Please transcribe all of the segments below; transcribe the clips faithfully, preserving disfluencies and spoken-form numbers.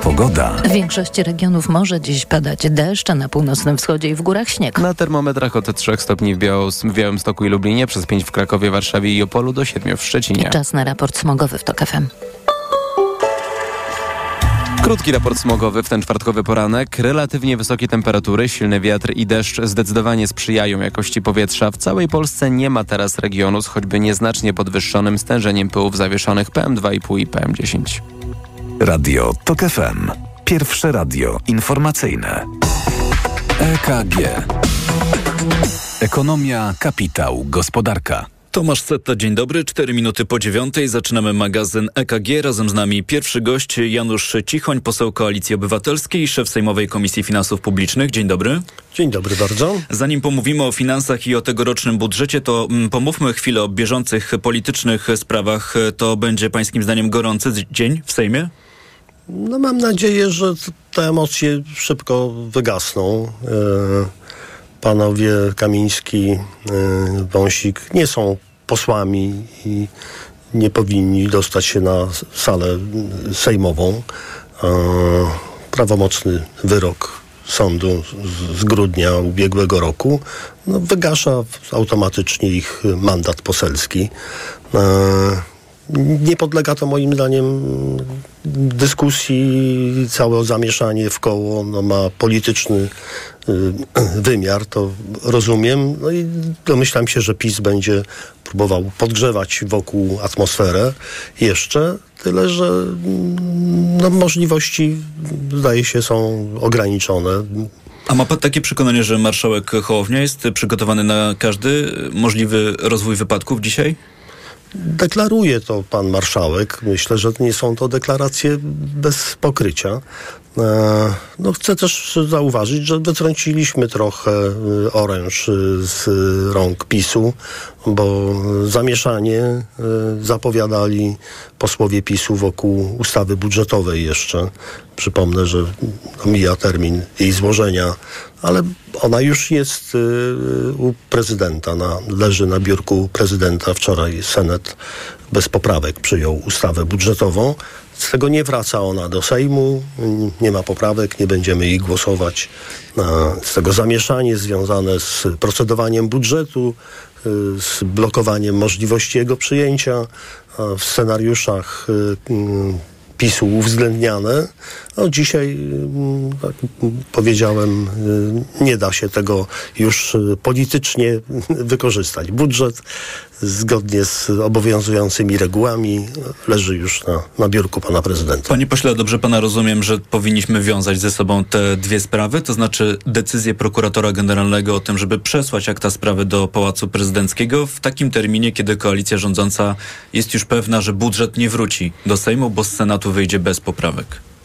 Pogoda. W większości regionów może dziś padać deszcz, a na północnym wschodzie i w górach śnieg. Na termometrach od trzech stopni w, Białos- w Białymstoku i Lublinie, przez pięć w Krakowie, Warszawie i Opolu, do siedmiu w Szczecinie. Czas na raport smogowy w TOK F M. Krótki raport smogowy w ten czwartkowy poranek. Relatywnie wysokie temperatury, silny wiatr i deszcz zdecydowanie sprzyjają jakości powietrza. W całej Polsce nie ma teraz regionu z choćby nieznacznie podwyższonym stężeniem pyłów zawieszonych P M dwa i pół i P M dziesięć. Radio TOK F M. Pierwsze radio informacyjne. E K G. Ekonomia, kapitał, gospodarka. Tomasz Setta, dzień dobry. Cztery minuty po dziewiątej zaczynamy magazyn E K G. Razem z nami pierwszy gość Janusz Cichoń, poseł Koalicji Obywatelskiej, szef Sejmowej Komisji Finansów Publicznych. Dzień dobry. Dzień dobry bardzo. Zanim pomówimy o finansach i o tegorocznym budżecie, to pomówmy chwilę o bieżących politycznych sprawach. To będzie pańskim zdaniem gorący dzień w Sejmie? No mam nadzieję, że te emocje szybko wygasną. Panowie Kamiński, Wąsik nie są posłami i nie powinni dostać się na salę sejmową. Prawomocny wyrok sądu z grudnia ubiegłego roku no, wygasza automatycznie ich mandat poselski. Nie podlega to moim zdaniem dyskusji, całe zamieszanie w koło no, ma polityczny y, wymiar, to rozumiem. No i domyślam się, że PiS będzie próbował podgrzewać wokół atmosferę jeszcze, tyle że no, możliwości zdaje się są ograniczone. A ma pan takie przekonanie, że marszałek Hołownia jest przygotowany na każdy możliwy rozwój wypadków dzisiaj? Deklaruje to pan marszałek. Myślę, że nie są to deklaracje bez pokrycia. No, chcę też zauważyć, że wytrąciliśmy trochę oręż z rąk PiSu, bo zamieszanie zapowiadali posłowie PiSu wokół ustawy budżetowej jeszcze. Przypomnę, że mija termin jej złożenia, ale ona już jest u prezydenta, na, leży na biurku prezydenta. Wczoraj Senat bez poprawek przyjął ustawę budżetową. Z tego nie wraca ona do Sejmu, nie ma poprawek, nie będziemy ich głosować. Z tego zamieszanie związane z procedowaniem budżetu, z blokowaniem możliwości jego przyjęcia w scenariuszach PiSu uwzględniane. No dzisiaj, tak powiedziałem, nie da się tego już politycznie wykorzystać. Budżet zgodnie z obowiązującymi regułami leży już na, na biurku pana prezydenta. Panie pośle, dobrze pana rozumiem, że powinniśmy wiązać ze sobą te dwie sprawy, to znaczy decyzję prokuratora generalnego o tym, żeby przesłać akta sprawy do Pałacu Prezydenckiego w takim terminie, kiedy koalicja rządząca jest już pewna, że budżet nie wróci do Sejmu, bo z Senatu wyjdzie bez poprawek.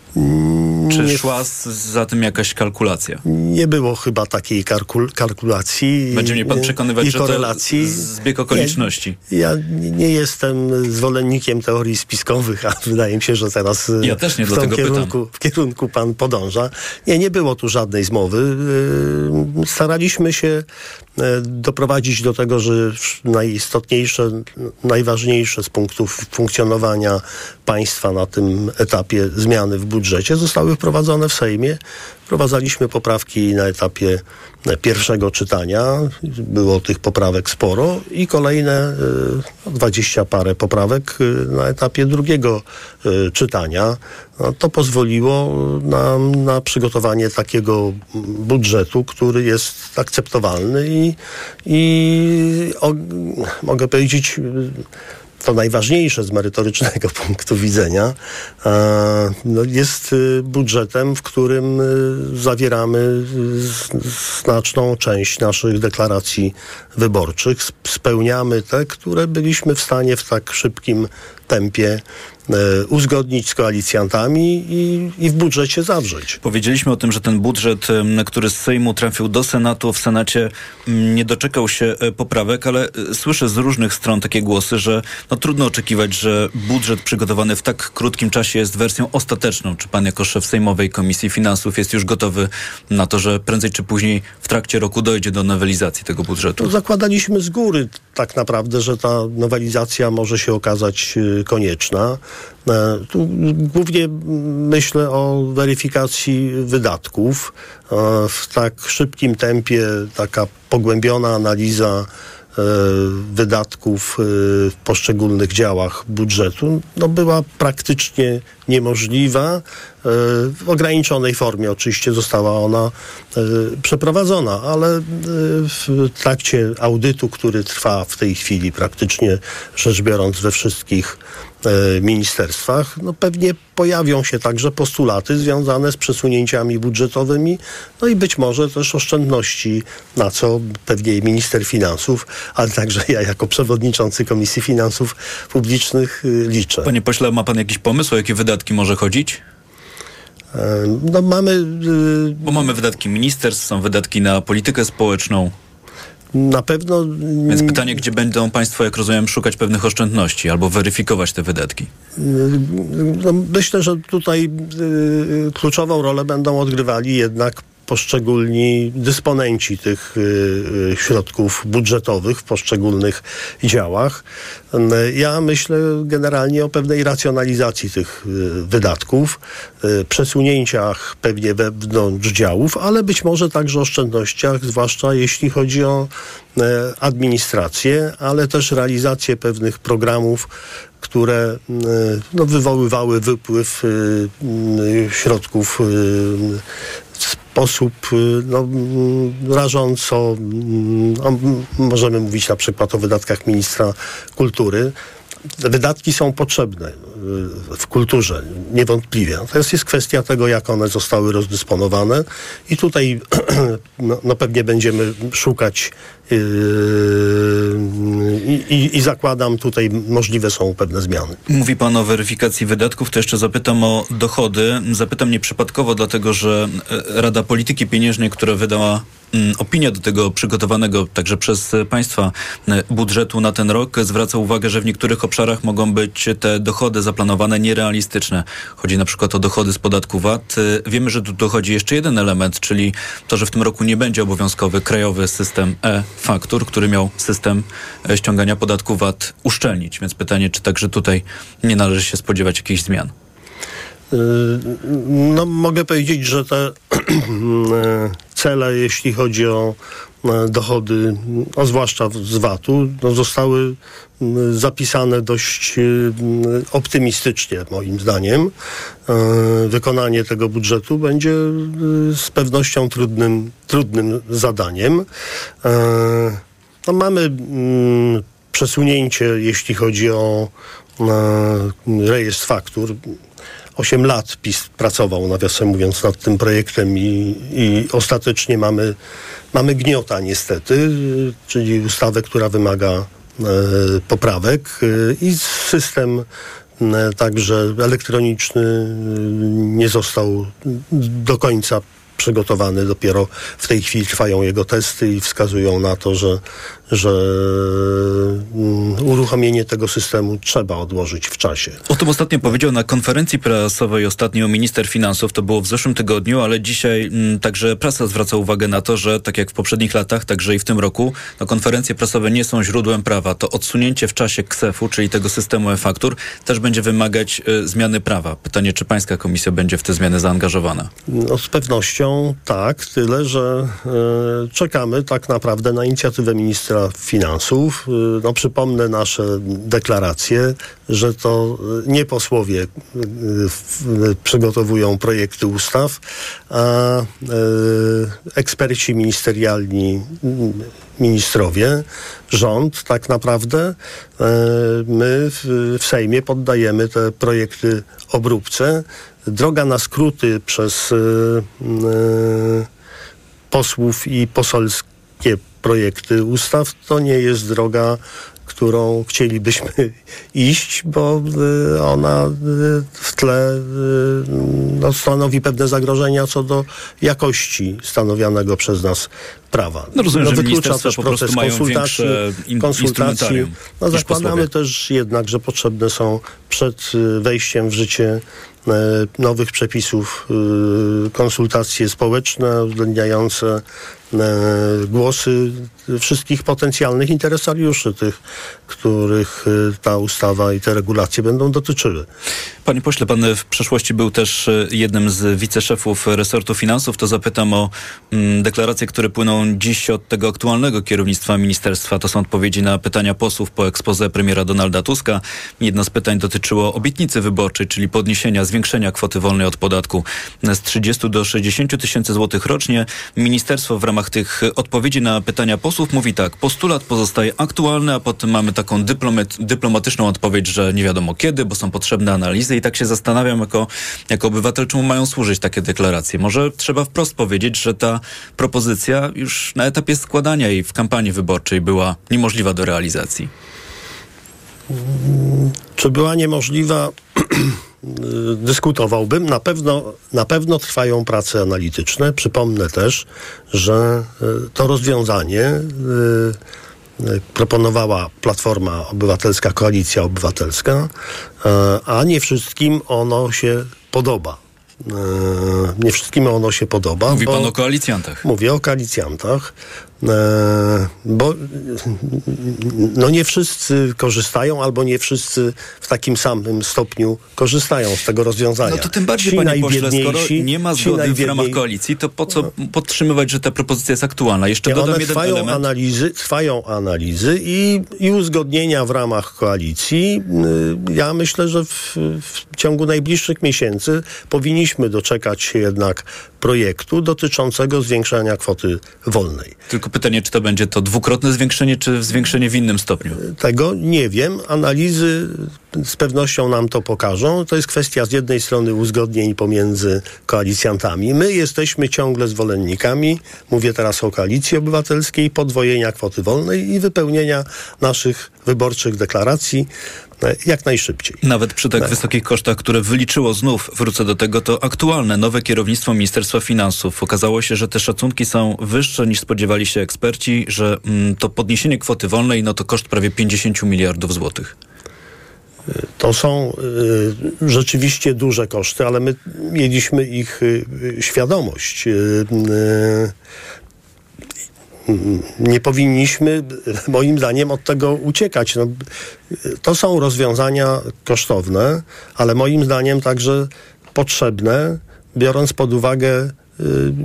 Czy nie, szła z, za tym jakaś kalkulacja? Nie było chyba takiej kalkul- kalkulacji. Będzie mnie pan przekonywać, i że korelacji. to zbieg okoliczności. Ja, ja nie jestem zwolennikiem teorii spiskowych, a wydaje mi się, że teraz ja też nie w, tym kierunku, w kierunku pan podąża. Nie, nie było tu żadnej zmowy. Staraliśmy się doprowadzić do tego, że najistotniejsze, najważniejsze z punktów funkcjonowania państwa na tym etapie zmiany w budżecie zostały wprowadzone w Sejmie. Wprowadzaliśmy poprawki na etapie pierwszego czytania. Było tych poprawek sporo i kolejne dwadzieścia parę poprawek na etapie drugiego czytania. To pozwoliło nam na przygotowanie takiego budżetu, który jest akceptowalny i, i o, mogę powiedzieć, to najważniejsze z merytorycznego punktu widzenia, no jest budżetem, w którym zawieramy znaczną część naszych deklaracji wyborczych. Spełniamy te, które byliśmy w stanie w tak szybkim tempie uzgodnić z koalicjantami i, i w budżecie zawrzeć. Powiedzieliśmy o tym, że ten budżet, który z Sejmu trafił do Senatu, w Senacie nie doczekał się poprawek, ale słyszę z różnych stron takie głosy, że no, trudno oczekiwać, że budżet przygotowany w tak krótkim czasie jest wersją ostateczną. Czy pan jako szef Sejmowej Komisji Finansów jest już gotowy na to, że prędzej czy później w trakcie roku dojdzie do nowelizacji tego budżetu? To zakładaliśmy z góry tak naprawdę, że ta nowelizacja może się okazać konieczna. Tu głównie myślę o weryfikacji wydatków. W tak szybkim tempie taka pogłębiona analiza wydatków w poszczególnych działach budżetu no była praktycznie niemożliwa. W ograniczonej formie oczywiście została ona przeprowadzona, ale w trakcie audytu, który trwa w tej chwili praktycznie rzecz biorąc we wszystkich ministerstwach, no pewnie pojawią się także postulaty związane z przesunięciami budżetowymi, no i być może też oszczędności, na co pewnie minister finansów, ale także ja jako przewodniczący Komisji Finansów Publicznych liczę. Panie pośle, ma pan jakiś pomysł, o jakie wydatki może chodzić? No mamy... Bo mamy wydatki ministerstw, są wydatki na politykę społeczną. Na pewno... Więc pytanie, gdzie będą państwo, jak rozumiem, szukać pewnych oszczędności albo weryfikować te wydatki? No, myślę, że tutaj y, kluczową rolę będą odgrywali jednak poszczególni dysponenci tych y, środków budżetowych w poszczególnych działach. Ja myślę generalnie o pewnej racjonalizacji tych y, wydatków, y, przesunięciach pewnie wewnątrz działów, ale być może także oszczędnościach, zwłaszcza jeśli chodzi o y, administrację, ale też realizację pewnych programów, które y, no, wywoływały wypływ y, y, środków y, w sposób no, rażąco, no, możemy mówić na przykład o wydatkach ministra kultury. Wydatki są potrzebne w kulturze, niewątpliwie. Natomiast jest kwestia tego, jak one zostały rozdysponowane i tutaj no, no pewnie będziemy szukać yy, i, i zakładam, tutaj możliwe są pewne zmiany. Mówi pan o weryfikacji wydatków, to jeszcze zapytam o dochody. Zapytam nieprzypadkowo, dlatego że Rada Polityki Pieniężnej, która wydała opinia do tego przygotowanego także przez państwa budżetu na ten rok, zwraca uwagę, że w niektórych obszarach mogą być te dochody zaplanowane nierealistyczne. Chodzi na przykład o dochody z podatku V A T. Wiemy, że tu dochodzi jeszcze jeden element, czyli to, że w tym roku nie będzie obowiązkowy krajowy system e-faktur, który miał system ściągania podatku V A T uszczelnić. Więc pytanie, czy także tutaj nie należy się spodziewać jakichś zmian? No mogę powiedzieć, że te cele, jeśli chodzi o dochody, no zwłaszcza z V A T-u, no zostały zapisane dość optymistycznie, moim zdaniem. Wykonanie tego budżetu będzie z pewnością trudnym, trudnym zadaniem. No mamy przesunięcie, jeśli chodzi o rejestr faktur. Osiem lat PiS pracował, nawiasem mówiąc, nad tym projektem i, i ostatecznie mamy, mamy gniota niestety, czyli ustawę, która wymaga e, poprawek e, i system e, także elektroniczny e, nie został do końca przygotowany. Dopiero w tej chwili trwają jego testy i wskazują na to, że, że um, uruchomienie tego systemu trzeba odłożyć w czasie. O tym ostatnio powiedział na konferencji prasowej ostatnio minister finansów, to było w zeszłym tygodniu, ale dzisiaj m, także prasa zwraca uwagę na to, że tak jak w poprzednich latach, także i w tym roku, no, konferencje prasowe nie są źródłem prawa. To odsunięcie w czasie ksefu, czyli tego systemu e-faktur, też będzie wymagać y, zmiany prawa. Pytanie, czy pańska komisja będzie w te zmiany zaangażowana? No, z pewnością tak, tyle, że y, czekamy tak naprawdę na inicjatywę ministra finansów. Y, no, przypomnę nasze deklaracje, że to nie posłowie y, y, przygotowują projekty ustaw, a y, eksperci ministerialni, y, ministrowie, rząd tak naprawdę. Y, my w, w Sejmie poddajemy te projekty obróbce. Droga na skróty przez y, y, posłów i poselskie projekty ustaw to nie jest droga, którą chcielibyśmy iść, bo y, ona y, w tle y, no, stanowi pewne zagrożenia co do jakości stanowianego przez nas prawa. No rozumiem, no, że wyklucza też po prostu mają konsultacji, in, konsultacji. No, zakładamy posłowie. też jednak, że potrzebne są przed wejściem w życie nowych przepisów konsultacje społeczne uwzględniające głosy wszystkich potencjalnych interesariuszy, tych, których ta ustawa i te regulacje będą dotyczyły. Panie pośle, pan w przeszłości był też jednym z wiceszefów resortu finansów. To zapytam o mm, deklaracje, które płyną dziś od tego aktualnego kierownictwa ministerstwa. To są odpowiedzi na pytania posłów po exposé premiera Donalda Tuska. Jedno z pytań dotyczyło obietnicy wyborczej, czyli podniesienia, zwiększenia kwoty wolnej od podatku z trzydziestu do sześćdziesięciu tysięcy złotych rocznie. Ministerstwo w ramach tych odpowiedzi na pytania posłów mówi tak: postulat pozostaje aktualny, a potem mamy taką dyplomat, dyplomatyczną odpowiedź, że nie wiadomo kiedy, bo są potrzebne analizy. I tak się zastanawiam jako, jako obywatel, czemu mają służyć takie deklaracje. Może trzeba wprost powiedzieć, że ta propozycja już na etapie składania jej w kampanii wyborczej była niemożliwa do realizacji. Czy była niemożliwa? Dyskutowałbym. Na pewno, na pewno trwają prace analityczne. Przypomnę też, że to rozwiązanie proponowała Platforma Obywatelska, Koalicja Obywatelska, a nie wszystkim ono się podoba. Nie wszystkim ono się podoba. Mówi bo, pan o koalicjantach. Mówię o koalicjantach, bo no nie wszyscy korzystają, albo nie wszyscy w takim samym stopniu korzystają z tego rozwiązania. No to tym bardziej, ci panie pośle, skoro nie ma zgody najbiedniej... w ramach koalicji, to po co no. podtrzymywać, że ta propozycja jest aktualna? Jeszcze dodam one jeden trwają element. Analizy, trwają analizy i, i uzgodnienia w ramach koalicji. Ja myślę, że w, w ciągu najbliższych miesięcy powinniśmy doczekać się jednak projektu dotyczącego zwiększania kwoty wolnej. Tylko pytanie, czy to będzie to dwukrotne zwiększenie, czy zwiększenie w innym stopniu? Tego nie wiem. Analizy z pewnością nam to pokażą. To jest kwestia z jednej strony uzgodnień pomiędzy koalicjantami. My jesteśmy ciągle zwolennikami, mówię teraz o Koalicji Obywatelskiej, podwojenia kwoty wolnej i wypełnienia naszych wyborczych deklaracji jak najszybciej. Nawet przy tak, tak wysokich kosztach, które wyliczyło, znów wrócę do tego, to aktualne, nowe kierownictwo Ministerstwa Finansów. Okazało się, że te szacunki są wyższe niż spodziewali się eksperci, że mm, to podniesienie kwoty wolnej, no to koszt prawie pięćdziesiąt miliardów złotych. To są y, rzeczywiście duże koszty, ale my mieliśmy ich y, świadomość. Y, y, Nie powinniśmy, moim zdaniem, od tego uciekać. No, to są rozwiązania kosztowne, ale moim zdaniem także potrzebne, biorąc pod uwagę y,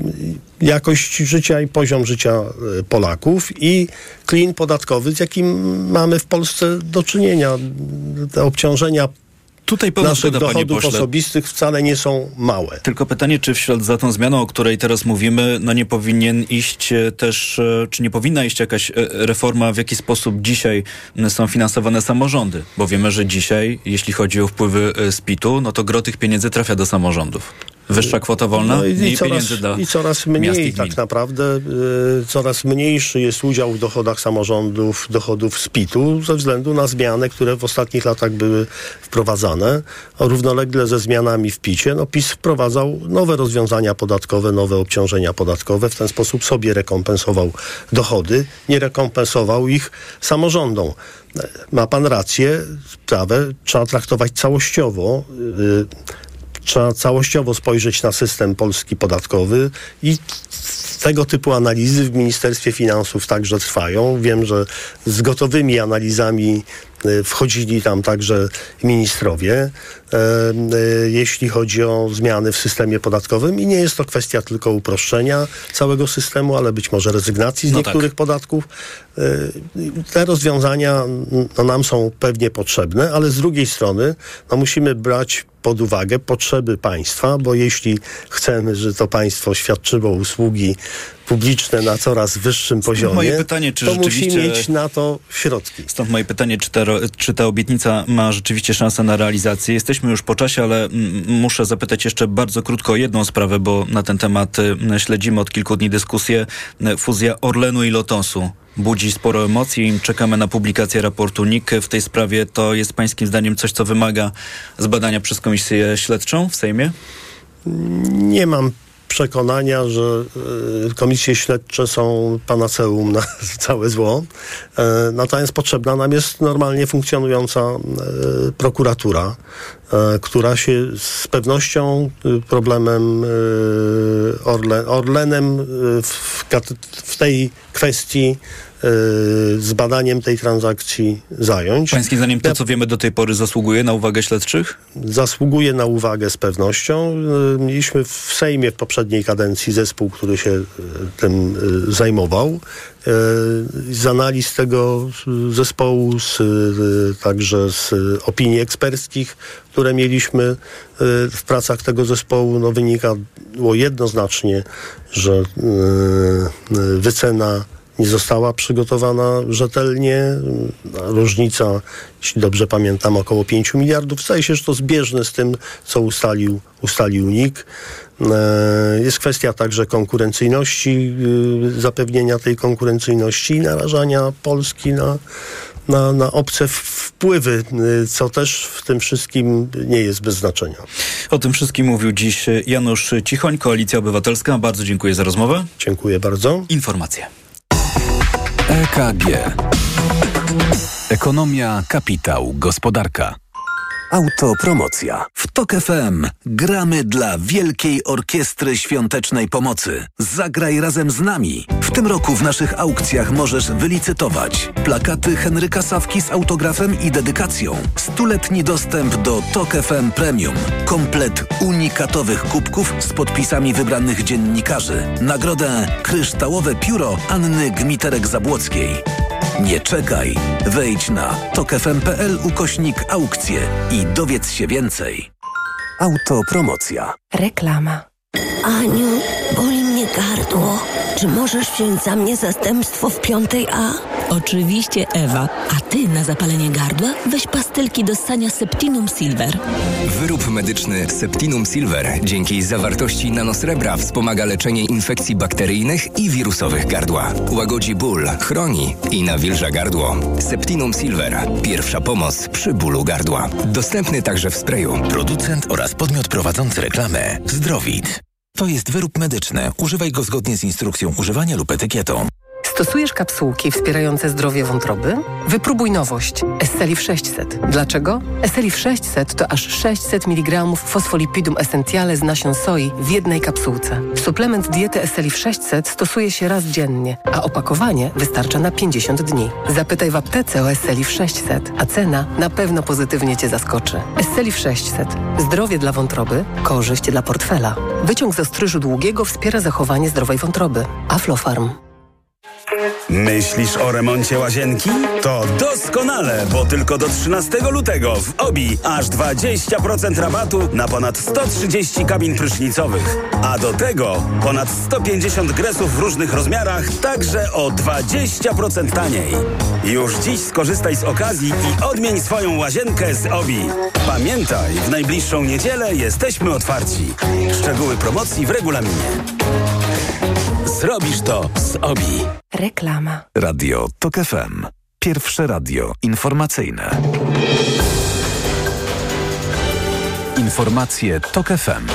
jakość życia i poziom życia Polaków i klin podatkowy, z jakim mamy w Polsce do czynienia. Te obciążenia Tutaj pełna naszych zgoda, dochodów panie pośle. osobistych wcale nie są małe. Tylko pytanie, czy w ślad za tą zmianą, o której teraz mówimy, no nie powinien iść też, czy nie powinna iść jakaś reforma, w jaki sposób dzisiaj są finansowane samorządy? Bo wiemy, że dzisiaj, jeśli chodzi o wpływy z P I T-u, no to gro tych pieniędzy trafia do samorządów. Wyższa kwota wolna, no i, mniej i coraz, pieniędzy dla I coraz mniej i tak naprawdę, y, coraz mniejszy jest udział w dochodach samorządów, dochodów z P I T-u ze względu na zmiany, które w ostatnich latach były wprowadzane. A równolegle ze zmianami w PiS-ie, no PiS wprowadzał nowe rozwiązania podatkowe, nowe obciążenia podatkowe, w ten sposób sobie rekompensował dochody, nie rekompensował ich samorządom. Ma pan rację, sprawę trzeba traktować całościowo. Y, Trzeba całościowo spojrzeć na system polski podatkowy i tego typu analizy w Ministerstwie Finansów także trwają. Wiem, że z gotowymi analizami wchodzili tam także ministrowie, e, e, jeśli chodzi o zmiany w systemie podatkowym i nie jest to kwestia tylko uproszczenia całego systemu, ale być może rezygnacji z no niektórych tak. podatków. E, te rozwiązania no, nam są pewnie potrzebne, ale z drugiej strony no, musimy brać pod uwagę potrzeby państwa, bo jeśli chcemy, że to państwo świadczyło usługi publiczne na coraz wyższym poziomie, moje pytanie, czy to musi rzeczywiście... mieć na to środki. Stąd moje pytanie, czy ta, czy ta obietnica ma rzeczywiście szansę na realizację? Jesteśmy już po czasie, ale m- muszę zapytać jeszcze bardzo krótko o jedną sprawę, bo na ten temat y, śledzimy od kilku dni dyskusję. Fuzja Orlenu i Lotosu budzi sporo emocji. Czekamy na publikację raportu N I K w tej sprawie. To jest pańskim zdaniem coś, co wymaga zbadania przez Komisję Śledczą w Sejmie? Nie mam przekonania, że komisje śledcze są panaceum na całe zło. Natomiast potrzebna nam jest normalnie funkcjonująca prokuratura, która się z pewnością problemem Orlen, Orlenem w, w tej kwestii z badaniem tej transakcji zająć. Pańskim zdaniem to, co wiemy do tej pory, zasługuje na uwagę śledczych? Zasługuje na uwagę z pewnością. Mieliśmy w Sejmie w poprzedniej kadencji zespół, który się tym zajmował. Z analiz tego zespołu, z, także z opinii eksperckich, które mieliśmy w pracach tego zespołu, no wynikało jednoznacznie, że wycena nie została przygotowana rzetelnie. Różnica, jeśli dobrze pamiętam, około pięć miliardów. Zdaje się, że to zbieżne z tym, co ustalił, ustalił N I K. Jest kwestia także konkurencyjności, zapewnienia tej konkurencyjności i narażania Polski na, na, na obce wpływy, co też w tym wszystkim nie jest bez znaczenia. O tym wszystkim mówił dziś Janusz Cichoń, Koalicja Obywatelska. Bardzo dziękuję za rozmowę. Dziękuję bardzo. Informacje. E K G. Ekonomia, kapitał, gospodarka. Autopromocja. W Tok F M gramy dla Wielkiej Orkiestry Świątecznej Pomocy. Zagraj razem z nami. W tym roku w naszych aukcjach możesz wylicytować plakaty Henryka Sawki z autografem i dedykacją, stuletni dostęp do Tok F M Premium, komplet unikatowych kubków z podpisami wybranych dziennikarzy, nagrodę Kryształowe Pióro Anny Gmiterek-Zabłockiej. Nie czekaj. Wejdź na tok f m kropka p l ukośnik aukcje i dowiedz się więcej. Autopromocja. Reklama. Aniu, boli mnie gardło. Czy możesz wziąć za mnie zastępstwo w piątej A? Oczywiście, Ewa. A ty na zapalenie gardła weź pastylki do ssania Septinum Silver. Wyrób medyczny Septinum Silver dzięki zawartości nanosrebra wspomaga leczenie infekcji bakteryjnych i wirusowych gardła. Łagodzi ból, chroni i nawilża gardło. Septinum Silver. Pierwsza pomoc przy bólu gardła. Dostępny także w sprayu. Producent oraz podmiot prowadzący reklamę Zdrowid. To jest wyrób medyczny. Używaj go zgodnie z instrukcją używania lub etykietą. Stosujesz kapsułki wspierające zdrowie wątroby? Wypróbuj nowość. Esselif sześćset. Dlaczego? Esselif sześćset to aż sześćset miligramów fosfolipidum essentiale z nasion soi w jednej kapsułce. Suplement diety Esselif sześćset stosuje się raz dziennie, a opakowanie wystarcza na pięćdziesiąt dni. Zapytaj w aptece o Esselif sześćset, a cena na pewno pozytywnie Cię zaskoczy. Esselif sześćset. Zdrowie dla wątroby, korzyść dla portfela. Wyciąg z ostryżu długiego wspiera zachowanie zdrowej wątroby. Aflofarm. Myślisz o remoncie łazienki? To doskonale, bo tylko do trzynastego lutego w Obi aż dwadzieścia procent rabatu na ponad sto trzydzieści kabin prysznicowych. A do tego ponad sto pięćdziesiąt gresów w różnych rozmiarach, także o dwadzieścia procent taniej. Już dziś skorzystaj z okazji i odmień swoją łazienkę z Obi. Pamiętaj, w najbliższą niedzielę jesteśmy otwarci. Szczegóły promocji w regulaminie. Zrobisz to z Obi. Reklama. Radio Tok F M. Pierwsze radio informacyjne. Informacje Tok F M.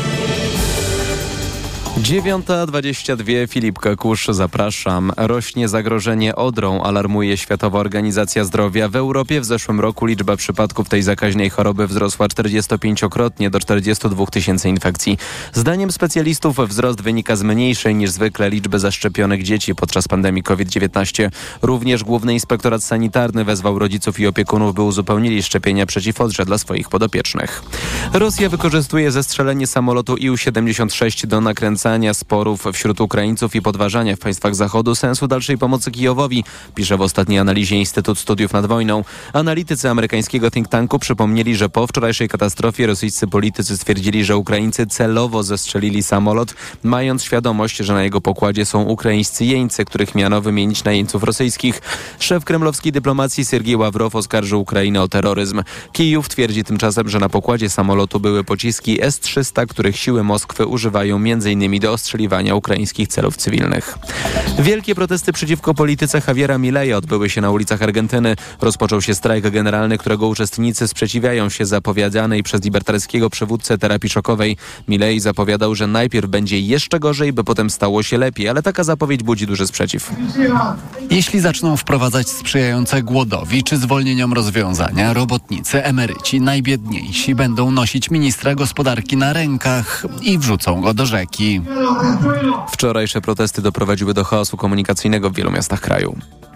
dziewiąta dwadzieścia dwa, Filip Kakusz, zapraszam. Rośnie zagrożenie odrą, alarmuje Światowa Organizacja Zdrowia. W Europie w zeszłym roku liczba przypadków tej zakaźnej choroby wzrosła czterdziestopięciokrotnie do czterdziestu dwóch tysięcy infekcji. Zdaniem specjalistów wzrost wynika z mniejszej niż zwykle liczby zaszczepionych dzieci podczas pandemii COVID dziewiętnaście. Również Główny Inspektorat Sanitarny wezwał rodziców i opiekunów, by uzupełnili szczepienia przeciw odrze dla swoich podopiecznych. Rosja wykorzystuje zestrzelenie samolotu I U siedemdziesiąt sześć do nakręcania sporów wśród Ukraińców i podważania w państwach Zachodu sensu dalszej pomocy Kijowowi, pisze w ostatniej analizie Instytut Studiów nad Wojną. Analitycy amerykańskiego think tanku przypomnieli, że po wczorajszej katastrofie rosyjscy politycy stwierdzili, że Ukraińcy celowo zestrzelili samolot, mając świadomość, że na jego pokładzie są ukraińscy jeńcy, których miano wymienić na jeńców rosyjskich. Szef kremlowskiej dyplomacji Sergiej Ławrow oskarżył Ukrainę o terroryzm. Kijów twierdzi tymczasem, że na pokładzie samolotu były pociski S trzysta, których siły Moskwy używają między innymi uprawnionymi do ostrzeliwania ukraińskich celów cywilnych. Wielkie protesty przeciwko polityce Javiera Mileya odbyły się na ulicach Argentyny. Rozpoczął się strajk generalny, którego uczestnicy sprzeciwiają się zapowiadanej przez libertarskiego przywódcę terapii szokowej. Milei zapowiadał, że najpierw będzie jeszcze gorzej, by potem stało się lepiej, ale taka zapowiedź budzi duży sprzeciw. Jeśli zaczną wprowadzać sprzyjające głodowi czy zwolnieniom rozwiązania, robotnicy, emeryci, najbiedniejsi będą nosić ministra gospodarki na rękach i wrzucą go do rzeki. Wczorajsze protesty doprowadziły do chaosu komunikacyjnego w wielu miastach kraju.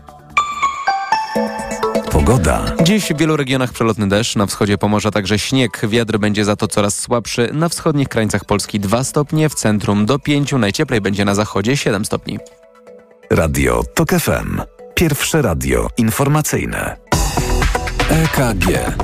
Pogoda. Dziś w wielu regionach przelotny deszcz, na wschodzie Pomorza także śnieg. Wiatr będzie za to coraz słabszy. Na wschodnich krańcach Polski dwa stopnie, w centrum do pięciu, najcieplej będzie na zachodzie siedem stopni. Radio TOK F M. Pierwsze radio informacyjne. E K G.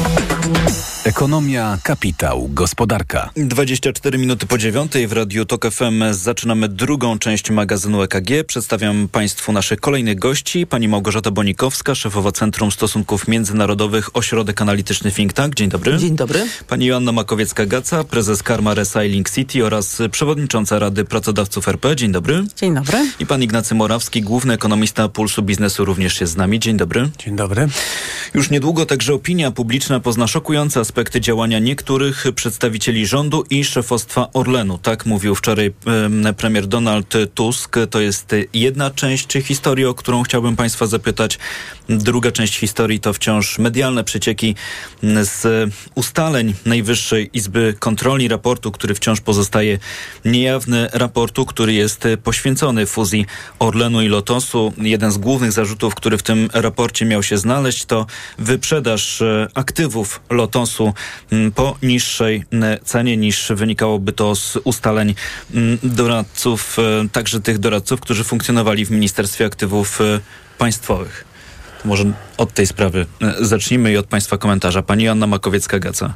Ekonomia, kapitał, gospodarka. dwadzieścia cztery minuty po dziewiątej w Radiu TOK F M zaczynamy drugą część magazynu E K G. Przedstawiam Państwu naszych kolejnych gości. Pani Małgorzata Bonikowska, szefowa Centrum Stosunków Międzynarodowych, Ośrodek Analityczny Think Tank. Dzień dobry. Dzień dobry. Pani Joanna Makowiecka-Gaca, prezes Karma Recycling City oraz przewodnicząca Rady Pracodawców R P. Dzień dobry. Dzień dobry. I pan Ignacy Morawski, główny ekonomista Pulsu Biznesu, również jest z nami. Dzień dobry. Dzień dobry. Już niedługo także opinia publiczna pozna szokujące aspekty działania niektórych przedstawicieli rządu i szefostwa Orlenu. Tak mówił wczoraj e, premier Donald Tusk. To jest jedna część historii, o którą chciałbym Państwa zapytać. Druga część historii to wciąż medialne przecieki z ustaleń Najwyższej Izby Kontroli, raportu, który wciąż pozostaje niejawny, raportu, który jest poświęcony fuzji Orlenu i Lotosu. Jeden z głównych zarzutów, który w tym raporcie miał się znaleźć, to wyprzedaż aktywów Lotosu po niższej cenie, niż wynikałoby to z ustaleń doradców, także tych doradców, którzy funkcjonowali w Ministerstwie Aktywów Państwowych. To może od tej sprawy zacznijmy i od Państwa komentarza. Pani Joanna Makowiecka-Gaca.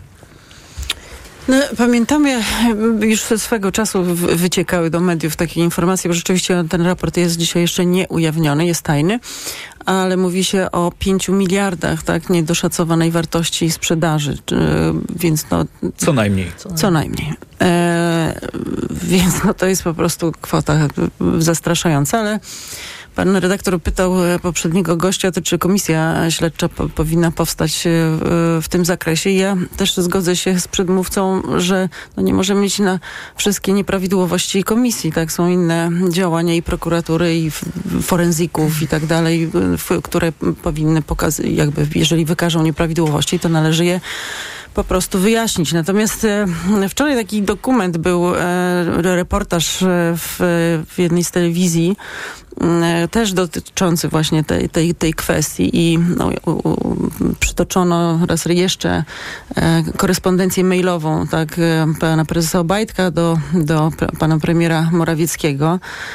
No, pamiętamy, już ze swego czasu wyciekały do mediów takie informacje, bo rzeczywiście ten raport jest dzisiaj jeszcze nieujawniony, jest tajny, ale mówi się o pięciu miliardach, tak, niedoszacowanej wartości sprzedaży, więc no... Co najmniej. Co, co najmniej. E, więc no to jest po prostu kwota zastraszająca, ale pan redaktor pytał poprzedniego gościa, to czy komisja śledcza po, powinna powstać w, w tym zakresie. Ja też zgodzę się z przedmówcą, że no nie możemy mieć na wszystkie nieprawidłowości komisji. Tak, są inne działania i prokuratury, i forenzyków i tak dalej, w, które powinny pokazać, jakby jeżeli wykażą nieprawidłowości, to należy je po prostu wyjaśnić. Natomiast e, wczoraj taki dokument był, e, reportaż w, w jednej z telewizji, e, też dotyczący właśnie tej, tej, tej kwestii i no, u, u, przytoczono raz jeszcze e, korespondencję mailową, tak, e, pana prezesa Obajtka do, do pre, pana premiera Morawieckiego.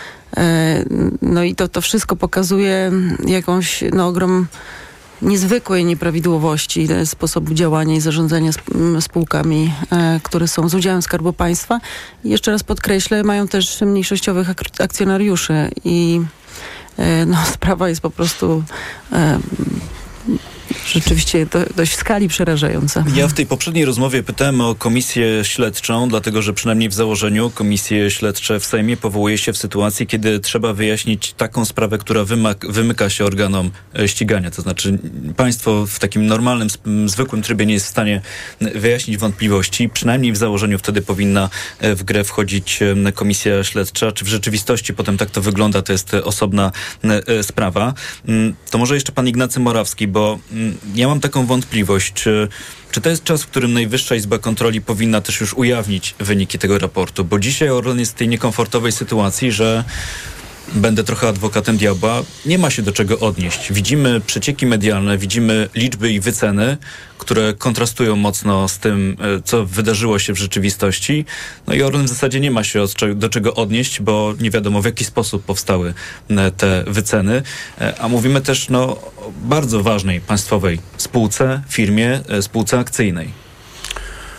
E, no i to, to wszystko pokazuje jakąś, no, ogrom niezwykłej nieprawidłowości sposobu działania i zarządzania spółkami, e, które są z udziałem Skarbu Państwa. I jeszcze raz podkreślę, mają też mniejszościowych ak- akcjonariuszy i e, no, sprawa jest po prostu e, rzeczywiście do, dość w skali przerażająca. Ja w tej poprzedniej rozmowie pytałem o komisję śledczą, dlatego że przynajmniej w założeniu komisje śledcze w Sejmie powołuje się w sytuacji, kiedy trzeba wyjaśnić taką sprawę, która wymak, wymyka się organom ścigania. To znaczy państwo w takim normalnym, zwykłym trybie nie jest w stanie wyjaśnić wątpliwości. Przynajmniej w założeniu wtedy powinna w grę wchodzić komisja śledcza. Czy w rzeczywistości potem tak to wygląda, to jest osobna sprawa. To może jeszcze pan Ignacy Morawski, bo ja mam taką wątpliwość, czy, czy to jest czas, w którym Najwyższa Izba Kontroli powinna też już ujawnić wyniki tego raportu, bo dzisiaj Orlen jest w tej niekomfortowej sytuacji, że będę trochę adwokatem diabła, nie ma się do czego odnieść. Widzimy przecieki medialne, widzimy liczby i wyceny, które kontrastują mocno z tym, co wydarzyło się w rzeczywistości. No i Orlen w zasadzie nie ma się do czego odnieść, bo nie wiadomo, w jaki sposób powstały te wyceny. A mówimy też no, o bardzo ważnej państwowej spółce, firmie, spółce akcyjnej.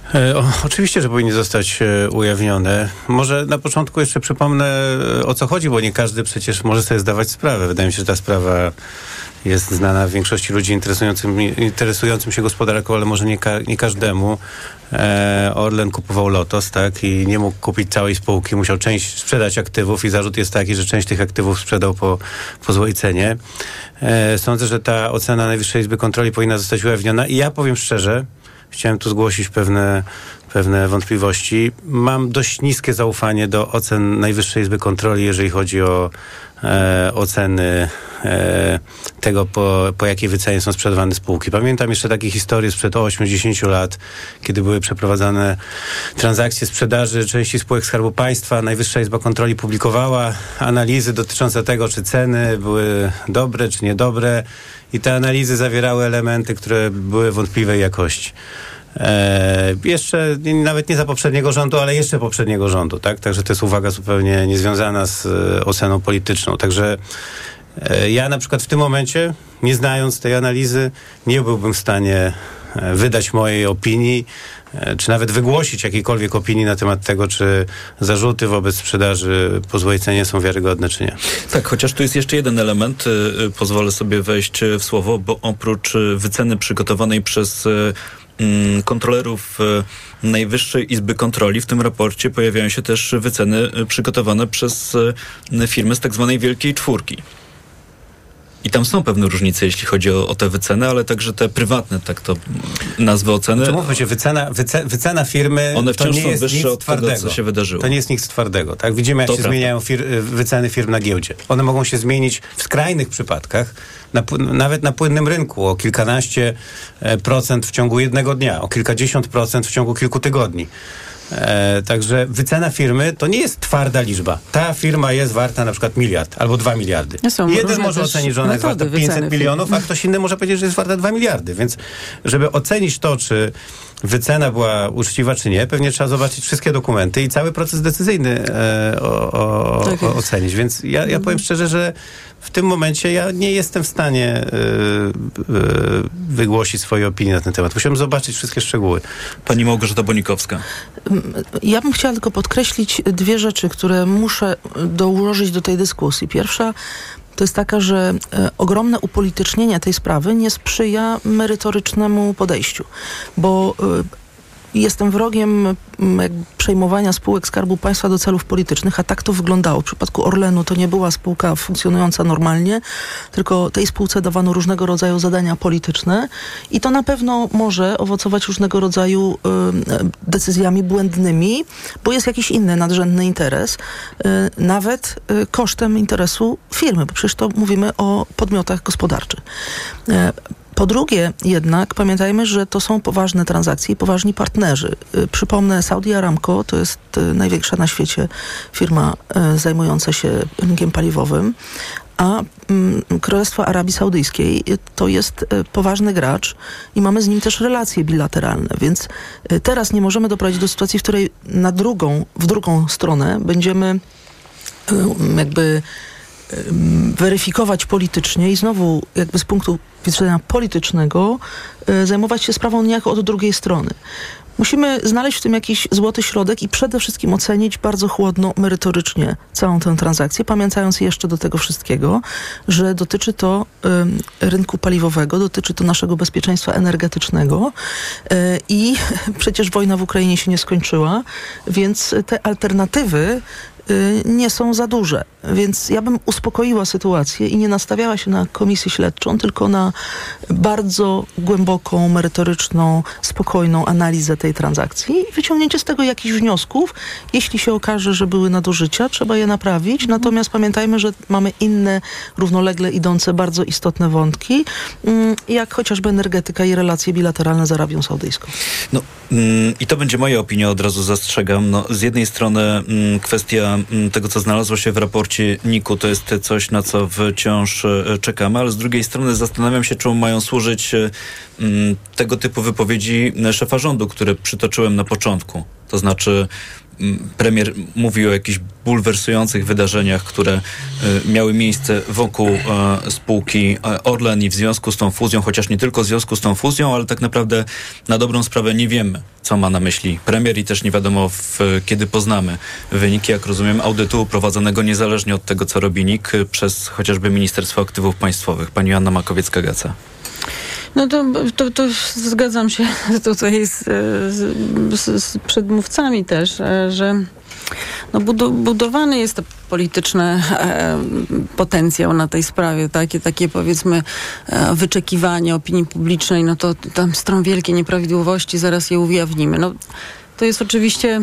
O, oczywiście, że powinny zostać e, ujawnione. Może na początku jeszcze przypomnę, o co chodzi, bo nie każdy przecież może sobie zdawać sprawę. Wydaje mi się, że ta sprawa jest znana większości ludzi interesującym, interesującym się gospodarką, ale może nie, ka- nie każdemu. E, Orlen kupował Lotos, tak, i nie mógł kupić całej spółki. Musiał część sprzedać aktywów i zarzut jest taki, że część tych aktywów sprzedał po, po złej cenie. E, sądzę, że ta ocena Najwyższej Izby Kontroli powinna zostać ujawniona i ja powiem szczerze, chciałem tu zgłosić pewne, pewne wątpliwości. Mam dość niskie zaufanie do ocen Najwyższej Izby Kontroli, jeżeli chodzi o e, oceny e, tego, po, po jakiej wycenie są sprzedawane spółki. Pamiętam jeszcze takie historie sprzed osiem dziesięć lat, kiedy były przeprowadzane transakcje sprzedaży części spółek Skarbu Państwa. Najwyższa Izba Kontroli publikowała analizy dotyczące tego, czy ceny były dobre, czy niedobre. I te analizy zawierały elementy, które były wątpliwej jakości. E, jeszcze nawet nie za poprzedniego rządu, ale jeszcze poprzedniego rządu, tak? Także to jest uwaga zupełnie niezwiązana z e, oceną polityczną. Także e, ja na przykład w tym momencie, nie znając tej analizy, nie byłbym w stanie e, wydać mojej opinii, e, czy nawet wygłosić jakiejkolwiek opinii na temat tego, czy zarzuty wobec sprzedaży po złej cenie są wiarygodne, czy nie. Tak, chociaż tu jest jeszcze jeden element, y, pozwolę sobie wejść w słowo, bo oprócz y, wyceny przygotowanej przez y, y, kontrolerów y, Najwyższej Izby Kontroli, w tym raporcie pojawiają się też wyceny y, przygotowane przez y, firmy z tak zwanej Wielkiej Czwórki. I tam są pewne różnice, jeśli chodzi o, o te wyceny, ale także te prywatne, tak to nazwę oceny. To mówmy się, wycena, wyce, wycena firmy one wciąż to nie są jest wyższe nic od twardego. tego, co się wydarzyło. To nie jest nic twardego, tak? Widzimy, jak To się prawda. zmieniają fir, wyceny firm na giełdzie. One mogą się zmienić w skrajnych przypadkach, na, nawet na płynnym rynku, o kilkanaście procent w ciągu jednego dnia, o kilkadziesiąt procent w ciągu kilku tygodni. E, także wycena firmy to nie jest twarda liczba. Ta firma jest warta na przykład miliard albo dwa miliardy. Są Jeden może ocenić, że ona jest warta pięćset milionów, a ktoś inny może powiedzieć, że jest warta dwa miliardy. Więc żeby ocenić to, czy wycena była uczciwa, czy nie, pewnie trzeba zobaczyć wszystkie dokumenty i cały proces decyzyjny e, o, o, tak o, ocenić. Więc ja, ja powiem szczerze, że w tym momencie ja nie jestem w stanie e, e, wygłosić swojej opinii na ten temat. Musiałem zobaczyć wszystkie szczegóły. Pani Małgorzata Bonikowska. Ja bym chciała tylko podkreślić dwie rzeczy, które muszę dołożyć do tej dyskusji. Pierwsza to jest taka, że e, ogromne upolitycznienie tej sprawy nie sprzyja merytorycznemu podejściu, bo e, jestem wrogiem m, jakby przejmowania spółek Skarbu Państwa do celów politycznych, a tak to wyglądało. W przypadku Orlenu to nie była spółka funkcjonująca normalnie, tylko tej spółce dawano różnego rodzaju zadania polityczne i to na pewno może owocować różnego rodzaju y, decyzjami błędnymi, bo jest jakiś inny nadrzędny interes, y, nawet y, kosztem interesu firmy, bo przecież to mówimy o podmiotach gospodarczych. Y, Po drugie jednak pamiętajmy, że to są poważne transakcje i poważni partnerzy. Y, przypomnę, Saudi Aramco to jest y, największa na świecie firma y, zajmująca się rynkiem paliwowym, a y, Królestwo Arabii Saudyjskiej y, to jest y, poważny gracz i mamy z nim też relacje bilateralne, więc y, teraz nie możemy doprowadzić do sytuacji, w której na drugą, w drugą stronę będziemy y, jakby weryfikować politycznie i znowu jakby z punktu widzenia politycznego y, zajmować się sprawą niejako od drugiej strony. Musimy znaleźć w tym jakiś złoty środek i przede wszystkim ocenić bardzo chłodno, merytorycznie całą tę transakcję, pamiętając jeszcze do tego wszystkiego, że dotyczy to y, rynku paliwowego, dotyczy to naszego bezpieczeństwa energetycznego y, i przecież wojna w Ukrainie się nie skończyła, więc te alternatywy nie są za duże. Więc ja bym uspokoiła sytuację i nie nastawiała się na komisję śledczą, tylko na bardzo głęboką, merytoryczną, spokojną analizę tej transakcji i wyciągnięcie z tego jakichś wniosków. Jeśli się okaże, że były nadużycia, trzeba je naprawić. Natomiast pamiętajmy, że mamy inne, równolegle idące, bardzo istotne wątki, jak chociażby energetyka i relacje bilateralne z Arabią Saudyjską. No mm, i to będzie moja opinia, od razu zastrzegam. No, z jednej strony mm, kwestia tego, co znalazło się w raporcie N I K-u, to jest coś, na co wciąż czekamy, ale z drugiej strony zastanawiam się, czemu mają służyć tego typu wypowiedzi szefa rządu, które przytoczyłem na początku. To znaczy premier mówi o jakichś bulwersujących wydarzeniach, które y, miały miejsce wokół y, spółki Orlen i w związku z tą fuzją, chociaż nie tylko w związku z tą fuzją, ale tak naprawdę na dobrą sprawę nie wiemy, co ma na myśli premier i też nie wiadomo, w, kiedy poznamy wyniki, jak rozumiem, audytu prowadzonego niezależnie od tego, co robi N I K przez chociażby Ministerstwo Aktywów Państwowych. Pani Joanna Makowiecka-Gaca. No to, to, to zgadzam się tutaj z, z, z przedmówcami też, że no budowany jest to polityczny e, potencjał na tej sprawie, takie, takie powiedzmy e, wyczekiwanie opinii publicznej, no to tam stron wielkie nieprawidłowości, zaraz je ujawnimy. No to jest oczywiście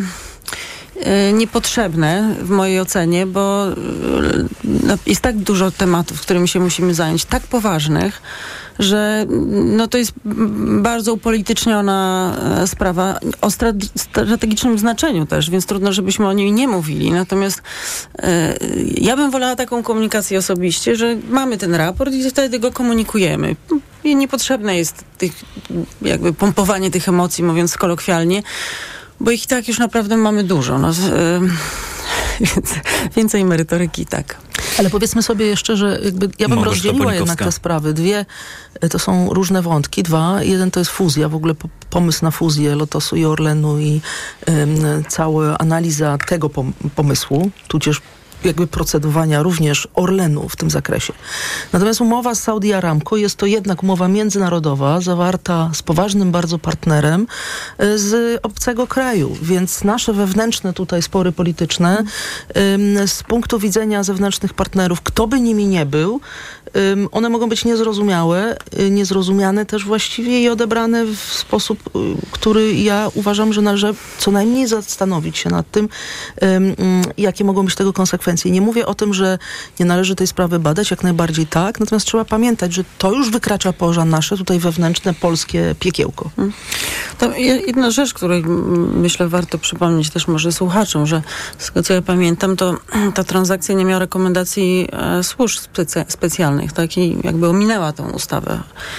e, niepotrzebne w mojej ocenie, bo e, jest tak dużo tematów, którymi się musimy zająć, tak poważnych, że no to jest bardzo upolityczniona sprawa o strategicznym znaczeniu też, więc trudno, żebyśmy o niej nie mówili. Natomiast e, ja bym wolała taką komunikację osobiście, że mamy ten raport i wtedy go komunikujemy. I niepotrzebne jest tych, jakby pompowanie tych emocji, mówiąc kolokwialnie, bo ich i tak już naprawdę mamy dużo. No, e, więc więcej merytoryki, tak. Ale powiedzmy sobie jeszcze, że jakby ja bym Małgorzata rozdzieliła Bonikowska. jednak te sprawy. Dwie to są różne wątki. Dwa, jeden to jest fuzja, w ogóle pomysł na fuzję Lotosu i Orlenu i um, cała analiza tego pom- pomysłu, tudzież jakby procedowania również Orlenu w tym zakresie. Natomiast umowa z Saudi Aramco jest to jednak umowa międzynarodowa, zawarta z poważnym bardzo partnerem z obcego kraju, więc nasze wewnętrzne tutaj spory polityczne mm. z punktu widzenia zewnętrznych partnerów, kto by nimi nie był, one mogą być niezrozumiałe, niezrozumiane też właściwie i odebrane w sposób, który ja uważam, że należy co najmniej zastanowić się nad tym, jakie mogą być tego konsekwencje. Nie mówię o tym, że nie należy tej sprawy badać, jak najbardziej tak, natomiast trzeba pamiętać, że to już wykracza poza nasze tutaj wewnętrzne polskie piekiełko. To jedna rzecz, której myślę warto przypomnieć też może słuchaczom, że z tego co ja pamiętam, to ta transakcja nie miała rekomendacji e, służb specy- specjalnych, tak, i jakby ominęła tą ustawę.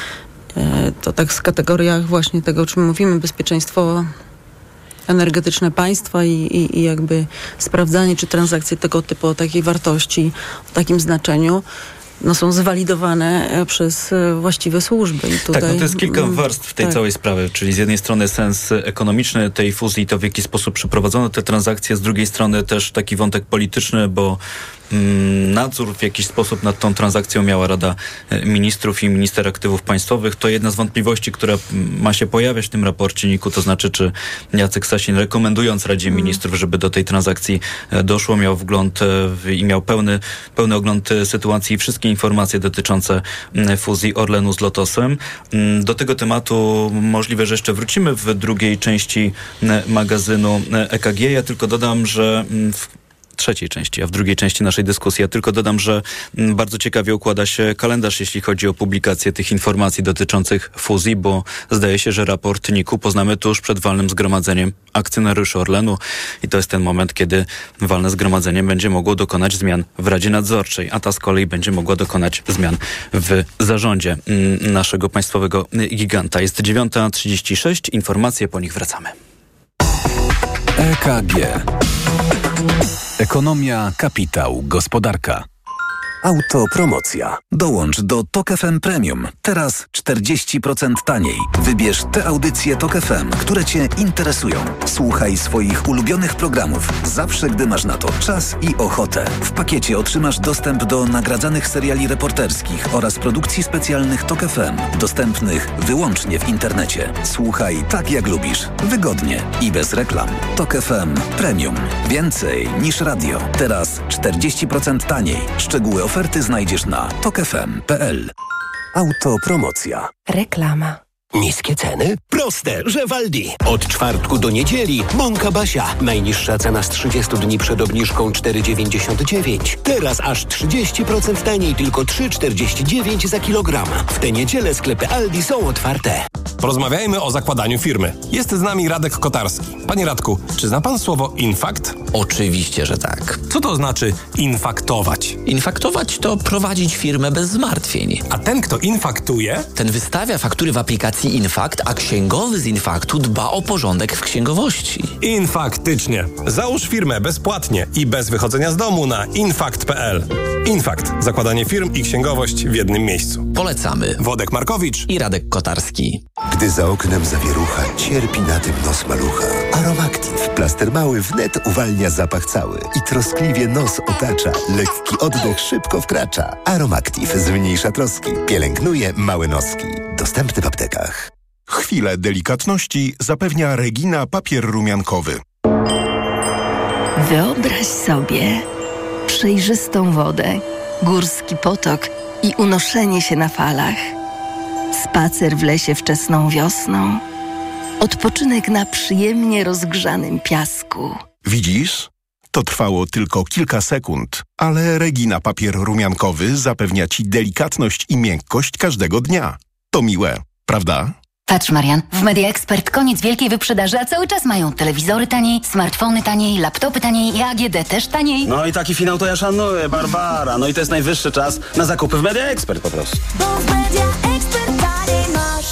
E, to tak w kategoriach właśnie tego, o czym mówimy, bezpieczeństwo energetyczne państwa i, i, i jakby sprawdzanie, czy transakcje tego typu o takiej wartości, o takim znaczeniu no, są zwalidowane przez właściwe służby. I tutaj, tak, no to jest kilka warstw tej tak. całej sprawy, czyli z jednej strony sens ekonomiczny tej fuzji, to w jaki sposób przeprowadzono te transakcje, z drugiej strony też taki wątek polityczny, bo mm, nadzór w jakiś sposób nad tą transakcją miała Rada Ministrów i Minister Aktywów Państwowych. To jedna z wątpliwości, która ma się pojawiać w tym raporcie N I K-u, to znaczy, czy Jacek Sasin, rekomendując Radzie mm. Ministrów, żeby do tej transakcji doszło, miał wgląd w, i miał pełny, pełny ogląd sytuacji i wszystkie informacje dotyczące fuzji Orlenu z Lotosem. Do tego tematu możliwe, że jeszcze wrócimy w drugiej części magazynu E K G. Ja tylko dodam, że w trzeciej części, a w drugiej części naszej dyskusji. Ja tylko dodam, że bardzo ciekawie układa się kalendarz, jeśli chodzi o publikację tych informacji dotyczących fuzji, bo zdaje się, że raport N I K-u poznamy tuż przed walnym zgromadzeniem akcjonariuszy Orlenu i to jest ten moment, kiedy walne zgromadzenie będzie mogło dokonać zmian w Radzie Nadzorczej, a ta z kolei będzie mogła dokonać zmian w zarządzie naszego państwowego giganta. Jest dziewiąta trzydzieści sześć, informacje, po nich wracamy. E K G. Ekonomia, kapitał, gospodarka. Autopromocja. Dołącz do Tok F M Premium. Teraz czterdzieści procent taniej. Wybierz te audycje Tok F M, które Cię interesują. Słuchaj swoich ulubionych programów zawsze, gdy masz na to czas i ochotę. W pakiecie otrzymasz dostęp do nagradzanych seriali reporterskich oraz produkcji specjalnych Tok F M, dostępnych wyłącznie w internecie. Słuchaj tak, jak lubisz. Wygodnie i bez reklam. Tok F M Premium. Więcej niż radio. Teraz czterdzieści procent taniej. Szczegóły oferty znajdziesz na tok f m kropka p l. Autopromocja. Reklama. Niskie ceny? Proste, że w Aldi. Od czwartku do niedzieli mąka Basia. Najniższa cena z trzydziestu dni przed obniżką cztery dziewięćdziesiąt dziewięć. Teraz aż trzydzieści procent taniej, tylko trzy czterdzieści dziewięć za kilogram. W tę niedzielę sklepy Aldi są otwarte. Porozmawiajmy o zakładaniu firmy. Jest z nami Radek Kotarski. Panie Radku, czy zna pan słowo infakt? Oczywiście, że tak. Co to znaczy infaktować? Infaktować to prowadzić firmę bez zmartwień. A ten, kto infaktuje? Ten wystawia faktury w aplikacji aplikacji Infakt, a księgowy z Infaktu dba o porządek w księgowości. Infaktycznie. Załóż firmę bezpłatnie i bez wychodzenia z domu na infakt kropka p l. Infakt. Zakładanie firm i księgowość w jednym miejscu. Polecamy. Wodek Markowicz i Radek Kotarski. Gdy za oknem zawierucha, cierpi na tym nos malucha. Aromactive. Plaster mały wnet uwalnia zapach cały i troskliwie nos otacza. Lekki oddech szybko wkracza. Aromactive zmniejsza troski. Pielęgnuje małe noski. Dostępny w aptekach. Chwilę delikatności zapewnia Regina papier rumiankowy. Wyobraź sobie przejrzystą wodę, górski potok i unoszenie się na falach. Spacer w lesie wczesną wiosną. Odpoczynek na przyjemnie rozgrzanym piasku. Widzisz? To trwało tylko kilka sekund, ale Regina papier rumiankowy zapewnia Ci delikatność i miękkość każdego dnia. To miłe, prawda? Patrz, Marian, w Media Expert koniec wielkiej wyprzedaży, a cały czas mają telewizory taniej, smartfony taniej, laptopy taniej i A G D też taniej. No i taki finał to ja szanuję, Barbara. No i to jest najwyższy czas na zakupy w Media Expert po prostu. Bo w Media Expert taniej masz.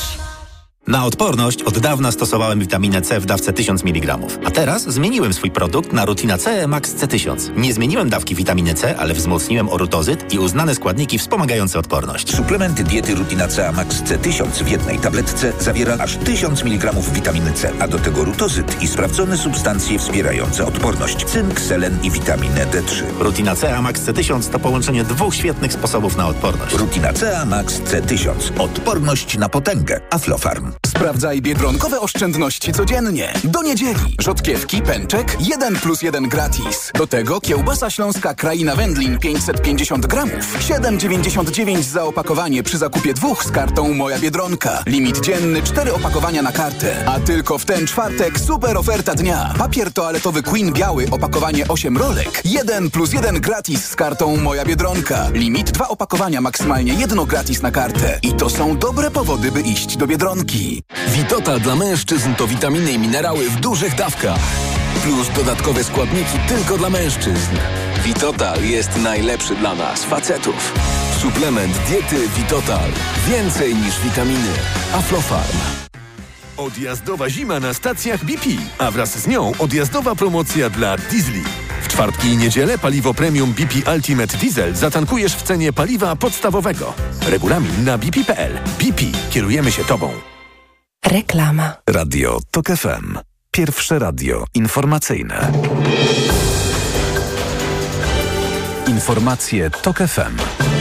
Na odporność od dawna stosowałem witaminę C w dawce tysiąc miligramów. A teraz zmieniłem swój produkt na Rutina C Max C tysiąc. Nie zmieniłem dawki witaminy C, ale wzmocniłem orutozyt i uznane składniki wspomagające odporność. Suplementy diety Rutina C Max C tysiąc w jednej tabletce zawiera aż tysiąc miligramów witaminy C, a do tego rutozyt i sprawdzone substancje wspierające odporność. Cynk, selen i witaminę D trzy. Rutina C Max C tysiąc to połączenie dwóch świetnych sposobów na odporność. Rutina C Max C tysiąc. Odporność na potęgę. Aflofarm. Sprawdzaj biedronkowe oszczędności codziennie. Do niedzieli. Rzodkiewki, pęczek, jeden plus jeden gratis. Do tego kiełbasa śląska Kraina Wędlin pięćset pięćdziesiąt gramów. siedem dziewięćdziesiąt dziewięć za opakowanie przy zakupie dwóch z kartą Moja Biedronka. Limit dzienny cztery opakowania na kartę. A tylko w ten czwartek super oferta dnia. Papier toaletowy Queen biały, opakowanie osiem rolek. jeden plus jeden gratis z kartą Moja Biedronka. Limit dwa opakowania, maksymalnie jedno gratis na kartę. I to są dobre powody, by iść do Biedronki. Vitotal dla mężczyzn to witaminy i minerały w dużych dawkach. Plus dodatkowe składniki tylko dla mężczyzn. Vitotal jest najlepszy dla nas, facetów. Suplement diety Vitotal. Więcej niż witaminy. Aflofarm. Odjazdowa zima na stacjach B P, a wraz z nią odjazdowa promocja dla diesli. W czwartki i niedzielę paliwo premium B P Ultimate Diesel zatankujesz w cenie paliwa podstawowego. Regulamin na b p kropka p l. B P. Kierujemy się Tobą. Reklama. Radio TOK F M. Pierwsze radio informacyjne. Informacje TOK F M.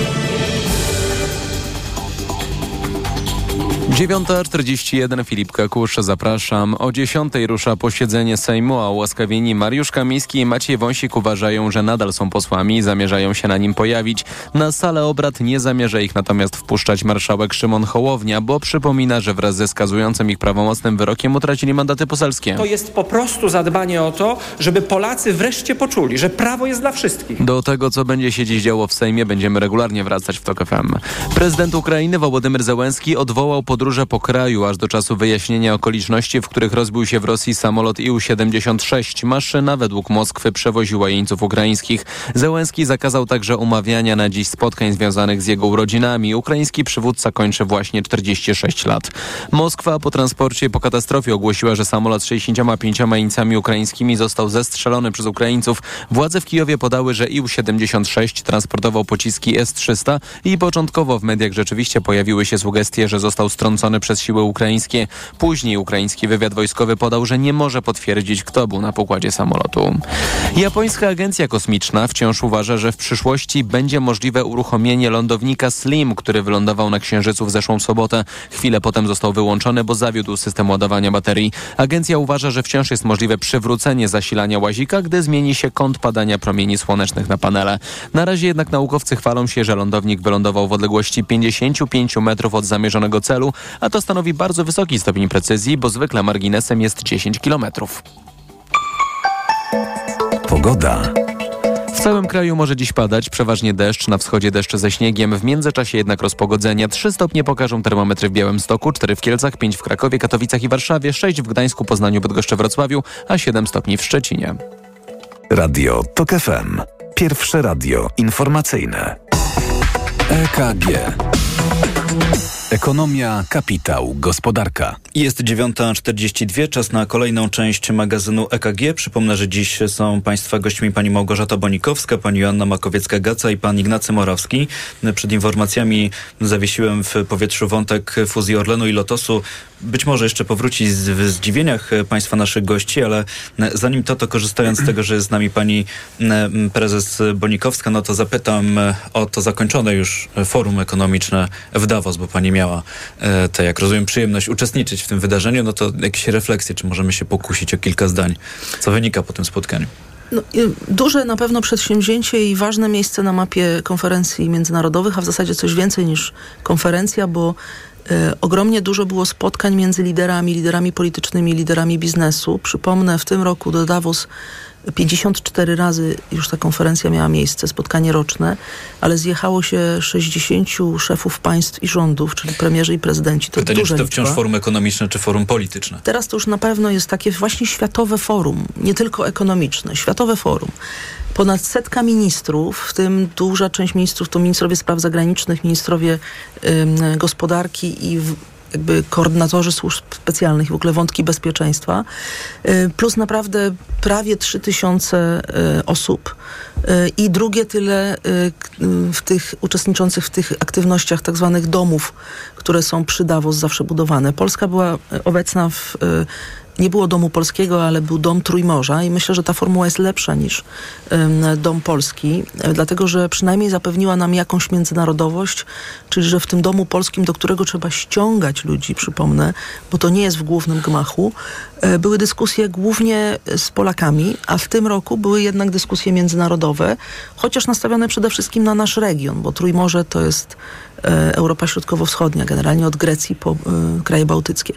dziewiąta czterdzieści jeden, Filip Kakusz, zapraszam. O dziesiątej rusza posiedzenie Sejmu, a ułaskawieni Mariusz Kamiński i Maciej Wąsik uważają, że nadal są posłami i zamierzają się na nim pojawić. Na salę obrad nie zamierza ich natomiast wpuszczać marszałek Szymon Hołownia, bo przypomina, że wraz ze skazującym ich prawomocnym wyrokiem utracili mandaty poselskie. To jest po prostu zadbanie o to, żeby Polacy wreszcie poczuli, że prawo jest dla wszystkich. Do tego, co będzie się dziś działo w Sejmie, będziemy regularnie wracać w TOK F M. Prezydent Ukrainy Wołodymyr Zełenski odwołał podróże po kraju aż do czasu wyjaśnienia okoliczności, w których rozbił się w Rosji samolot I U siedemdziesiąt sześć. Maszyna według Moskwy przewoziła jeńców ukraińskich. Zełenski zakazał także umawiania na dziś spotkań związanych z jego urodzinami. Ukraiński przywódca kończy właśnie czterdzieści sześć lat. Moskwa po transporcie po katastrofie ogłosiła, że samolot z sześćdziesięcioma pięcioma jeńcami ukraińskimi został zestrzelony przez Ukraińców. Władze w Kijowie podały, że I U siedemdziesiąt sześć transportował pociski S trzysta i początkowo w mediach rzeczywiście pojawiły się sugestie, że został strącony przez siły ukraińskie. Później ukraiński wywiad wojskowy podał, że nie może potwierdzić, kto był na pokładzie samolotu. Japońska agencja kosmiczna wciąż uważa, że w przyszłości będzie możliwe uruchomienie lądownika Slim, który wylądował na Księżycu w zeszłą sobotę. Chwilę potem został wyłączony, bo zawiódł system ładowania baterii. Agencja uważa, że wciąż jest możliwe przywrócenie zasilania łazika, gdy zmieni się kąt padania promieni słonecznych na panele. Na razie jednak naukowcy chwalą się, że lądownik wylądował w odległości pięćdziesiąt pięć metrów od zamierzonego celu, a to stanowi bardzo wysoki stopień precyzji, bo zwykle marginesem jest dziesięć kilometrów. Pogoda. W całym kraju może dziś padać, przeważnie deszcz, na wschodzie deszcz ze śniegiem, w międzyczasie jednak rozpogodzenia. trzy stopnie pokażą termometry w Białymstoku, cztery w Kielcach, pięć w Krakowie, Katowicach i Warszawie, sześć w Gdańsku, Poznaniu, Bydgoszczy, Wrocławiu, a siedem stopni w Szczecinie. Radio TOK F M. Pierwsze radio informacyjne. E K G. Ekonomia, kapitał, gospodarka. Jest dziewiąta czterdzieści dwa, czas na kolejną część magazynu E K G. Przypomnę, że dziś są Państwa gośćmi pani Małgorzata Bonikowska, pani Joanna Makowiecka-Gaca i pan Ignacy Morawski. Przed informacjami zawiesiłem w powietrzu wątek fuzji Orlenu i Lotosu. Być może jeszcze powróci z, w zdziwieniach Państwa naszych gości, ale zanim to, to korzystając z tego, że jest z nami pani prezes Bonikowska, no to zapytam o to zakończone już forum ekonomiczne w Davos, bo pani miała tę, jak rozumiem, przyjemność uczestniczyć w tym wydarzeniu. No to jakieś refleksje, czy możemy się pokusić o kilka zdań, co wynika po tym spotkaniu? No, duże na pewno przedsięwzięcie i ważne miejsce na mapie konferencji międzynarodowych, a w zasadzie coś więcej niż konferencja, bo e, ogromnie dużo było spotkań między liderami, liderami politycznymi, liderami biznesu. Przypomnę, w tym roku do Davos pięćdziesiąt cztery razy już ta konferencja miała miejsce, spotkanie roczne, ale zjechało się sześćdziesięciu szefów państw i rządów, czyli premierzy i prezydenci. To Pytanie, duża czy to wciąż liczba. forum ekonomiczne, czy forum polityczne? Teraz to już na pewno jest takie właśnie światowe forum, nie tylko ekonomiczne, światowe forum. Ponad setka ministrów, w tym duża część ministrów to ministrowie spraw zagranicznych, ministrowie ym, gospodarki i w, jakby koordynatorzy służb specjalnych i w ogóle wątki bezpieczeństwa, plus naprawdę prawie trzy tysiące osób i drugie tyle w tych uczestniczących w tych aktywnościach tak zwanych domów, które są przy Davos zawsze budowane. Polska była obecna w nie było domu polskiego, ale był dom Trójmorza i myślę, że ta formuła jest lepsza niż um, dom polski, dlatego, że przynajmniej zapewniła nam jakąś międzynarodowość, czyli, że w tym domu polskim, do którego trzeba ściągać ludzi, przypomnę, bo to nie jest w głównym gmachu, e, były dyskusje głównie z Polakami, a w tym roku były jednak dyskusje międzynarodowe, chociaż nastawione przede wszystkim na nasz region, bo Trójmorze to jest e, Europa Środkowo-Wschodnia, generalnie od Grecji po e, kraje bałtyckie.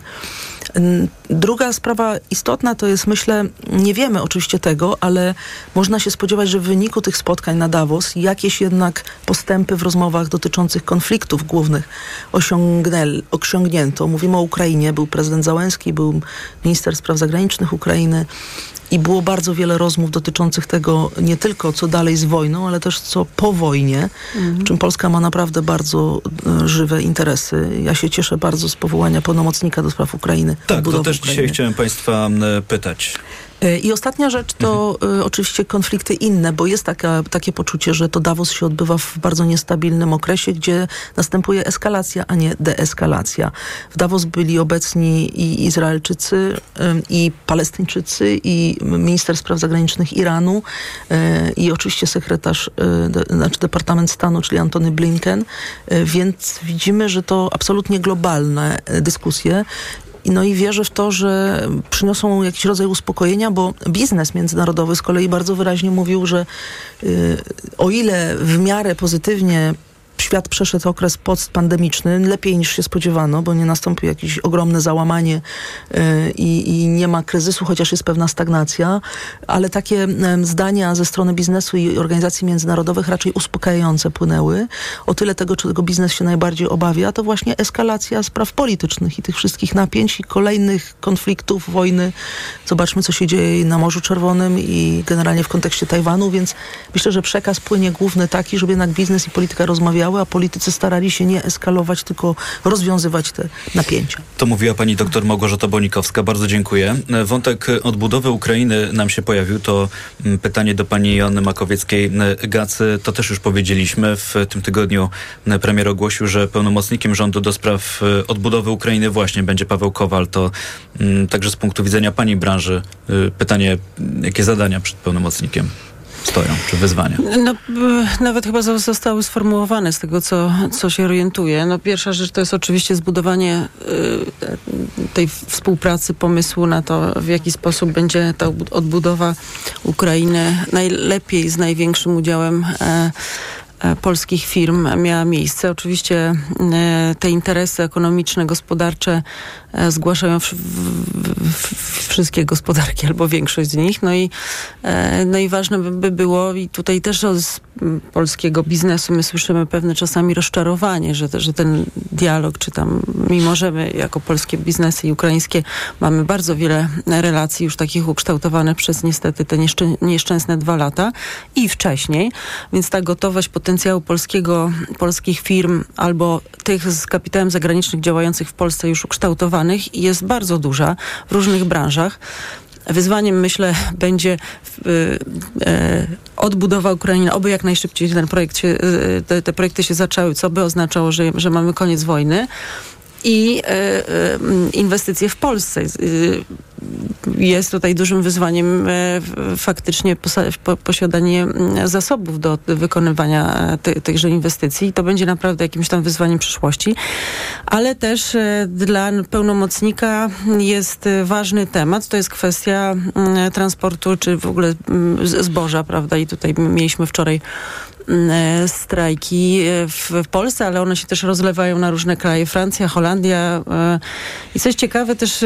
Druga sprawa istotna to jest, myślę, nie wiemy oczywiście tego, ale można się spodziewać, że w wyniku tych spotkań na Davos jakieś jednak postępy w rozmowach dotyczących konfliktów głównych osiągnę, osiągnięto. Mówimy o Ukrainie, był prezydent Załęski, był minister spraw zagranicznych Ukrainy i było bardzo wiele rozmów dotyczących tego nie tylko co dalej z wojną, ale też co po wojnie, mhm. w czym Polska ma naprawdę bardzo e, żywe interesy. Ja się cieszę bardzo z powołania pełnomocnika do spraw Ukrainy. Tak, to też Ukrainy. Dzisiaj chciałem Państwa e, pytać. I ostatnia rzecz to mhm. y, oczywiście konflikty inne, bo jest taka, takie poczucie, że to Davos się odbywa w bardzo niestabilnym okresie, gdzie następuje eskalacja, a nie deeskalacja. W Davos byli obecni i Izraelczycy, y, i Palestyńczycy, i minister spraw zagranicznych Iranu, y, i oczywiście sekretarz, y, de, znaczy Departament Stanu, czyli Antony Blinken, y, więc widzimy, że to absolutnie globalne y, dyskusje. No i wierzę w to, że przyniosą jakiś rodzaj uspokojenia, bo biznes międzynarodowy z kolei bardzo wyraźnie mówił, że y, o ile w miarę pozytywnie świat przeszedł okres postpandemiczny, lepiej niż się spodziewano, bo nie nastąpi jakieś ogromne załamanie yy, i nie ma kryzysu, chociaż jest pewna stagnacja, ale takie yy, zdania ze strony biznesu i organizacji międzynarodowych raczej uspokajające płynęły. O tyle tego, czego biznes się najbardziej obawia, to właśnie eskalacja spraw politycznych i tych wszystkich napięć i kolejnych konfliktów, wojny. Zobaczmy, co się dzieje na Morzu Czerwonym i generalnie w kontekście Tajwanu, więc myślę, że przekaz płynie główny taki, żeby jednak biznes i polityka rozmawiały, a politycy starali się nie eskalować, tylko rozwiązywać te napięcia. To mówiła pani doktor Małgorzata Bonikowska. Bardzo dziękuję. Wątek odbudowy Ukrainy nam się pojawił. To pytanie do pani Joanny Makowieckiej-Gacy. To też już powiedzieliśmy. W tym tygodniu premier ogłosił, że pełnomocnikiem rządu do spraw odbudowy Ukrainy właśnie będzie Paweł Kowal. To m, także z punktu widzenia pani branży pytanie, jakie zadania przed pełnomocnikiem stoją, czy wyzwania? No, nawet chyba zostały sformułowane z tego, co, co się orientuje. No, pierwsza rzecz to jest oczywiście zbudowanie y, tej współpracy, pomysłu na to, w jaki sposób będzie ta odbudowa Ukrainy najlepiej, z największym udziałem e, polskich firm miała miejsce. Oczywiście te interesy ekonomiczne, gospodarcze e, zgłaszają w, w, w, wszystkie gospodarki albo większość z nich. No i, e, no i ważne by, by było, i tutaj też z polskiego biznesu my słyszymy pewne czasami rozczarowanie, że, że ten dialog, czy tam, mimo że my jako polskie biznesy i ukraińskie mamy bardzo wiele relacji już takich ukształtowanych przez niestety te nieszczę- nieszczęsne dwa lata i wcześniej, więc ta gotowość potencjału polskiego, polskich firm albo tych z kapitałem zagranicznych działających w Polsce już ukształtowanych jest bardzo duża w różnych branżach. Wyzwaniem, myślę, będzie y, y, odbudowa Ukrainy, oby jak najszybciej ten projekt się, y, te, te projekty się zaczęły, co by oznaczało, że, że mamy koniec wojny. I y, y, inwestycje w Polsce. Y, jest tutaj dużym wyzwaniem y, faktycznie posa- po, posiadanie zasobów do wykonywania ty, tychże inwestycji. I to będzie naprawdę jakimś tam wyzwaniem przyszłości. Ale też y, dla pełnomocnika jest y, ważny temat. To jest kwestia y, transportu, czy w ogóle y, zboża, prawda? I tutaj mieliśmy wczoraj strajki w, w Polsce, ale one się też rozlewają na różne kraje. Francja, Holandia. I coś ciekawe też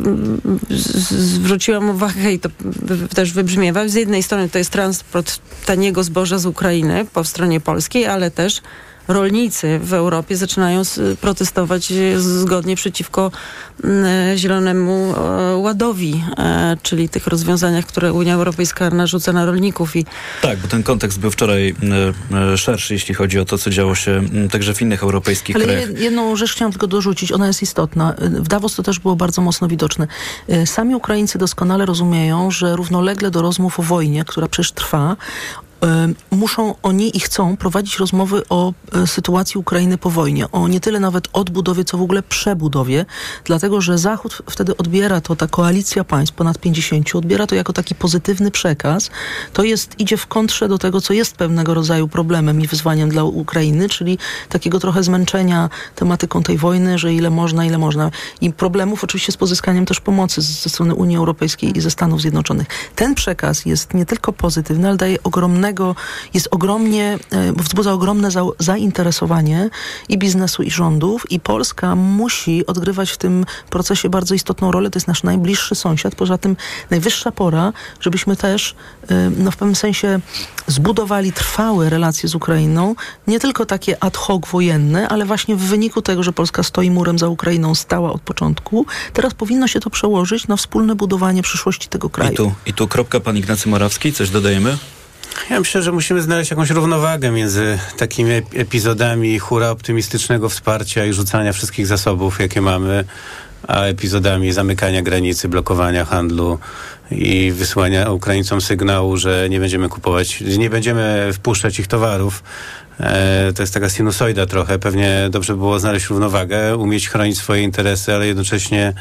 zwróciłam uwagę i to też wybrzmiewa. Z jednej strony to jest transport taniego zboża z Ukrainy po stronie polskiej, ale też rolnicy w Europie zaczynają protestować zgodnie przeciwko Zielonemu Ładowi, czyli tych rozwiązaniach, które Unia Europejska narzuca na rolników. I tak, bo ten kontekst był wczoraj szerszy, jeśli chodzi o to, co działo się także w innych europejskich Ale krajach. Ale jedną rzecz chciałam tylko dorzucić, ona jest istotna. W Davos to też było bardzo mocno widoczne. Sami Ukraińcy doskonale rozumieją, że równolegle do rozmów o wojnie, która przecież trwa, muszą oni i chcą prowadzić rozmowy o e, sytuacji Ukrainy po wojnie, o nie tyle nawet odbudowie, co w ogóle przebudowie, dlatego że Zachód wtedy odbiera to, ta koalicja państw, ponad pięćdziesięciu, odbiera to jako taki pozytywny przekaz. To jest, idzie w kontrze do tego, co jest pewnego rodzaju problemem i wyzwaniem dla Ukrainy, czyli takiego trochę zmęczenia tematyką tej wojny, że ile można, ile można. I problemów oczywiście z pozyskaniem też pomocy ze strony Unii Europejskiej i ze Stanów Zjednoczonych. Ten przekaz jest nie tylko pozytywny, ale daje ogromnego jest ogromnie, wzbudza ogromne za, zainteresowanie i biznesu, i rządów, i Polska musi odgrywać w tym procesie bardzo istotną rolę. To jest nasz najbliższy sąsiad. Poza tym najwyższa pora, żebyśmy też no, w pewnym sensie zbudowali trwałe relacje z Ukrainą, nie tylko takie ad hoc wojenne, ale właśnie w wyniku tego, że Polska stoi murem za Ukrainą, stała od początku, teraz powinno się to przełożyć na wspólne budowanie przyszłości tego kraju. I tu, i tu kropka, pan Ignacy Morawski, coś dodajemy? Ja myślę, że musimy znaleźć jakąś równowagę między takimi epizodami hura optymistycznego wsparcia i rzucania wszystkich zasobów, jakie mamy, a epizodami zamykania granicy, blokowania handlu i wysyłania Ukraińcom sygnału, że nie będziemy kupować, nie będziemy wpuszczać ich towarów. E, to jest taka sinusoida trochę. Pewnie dobrze by było znaleźć równowagę, umieć chronić swoje interesy, ale jednocześnie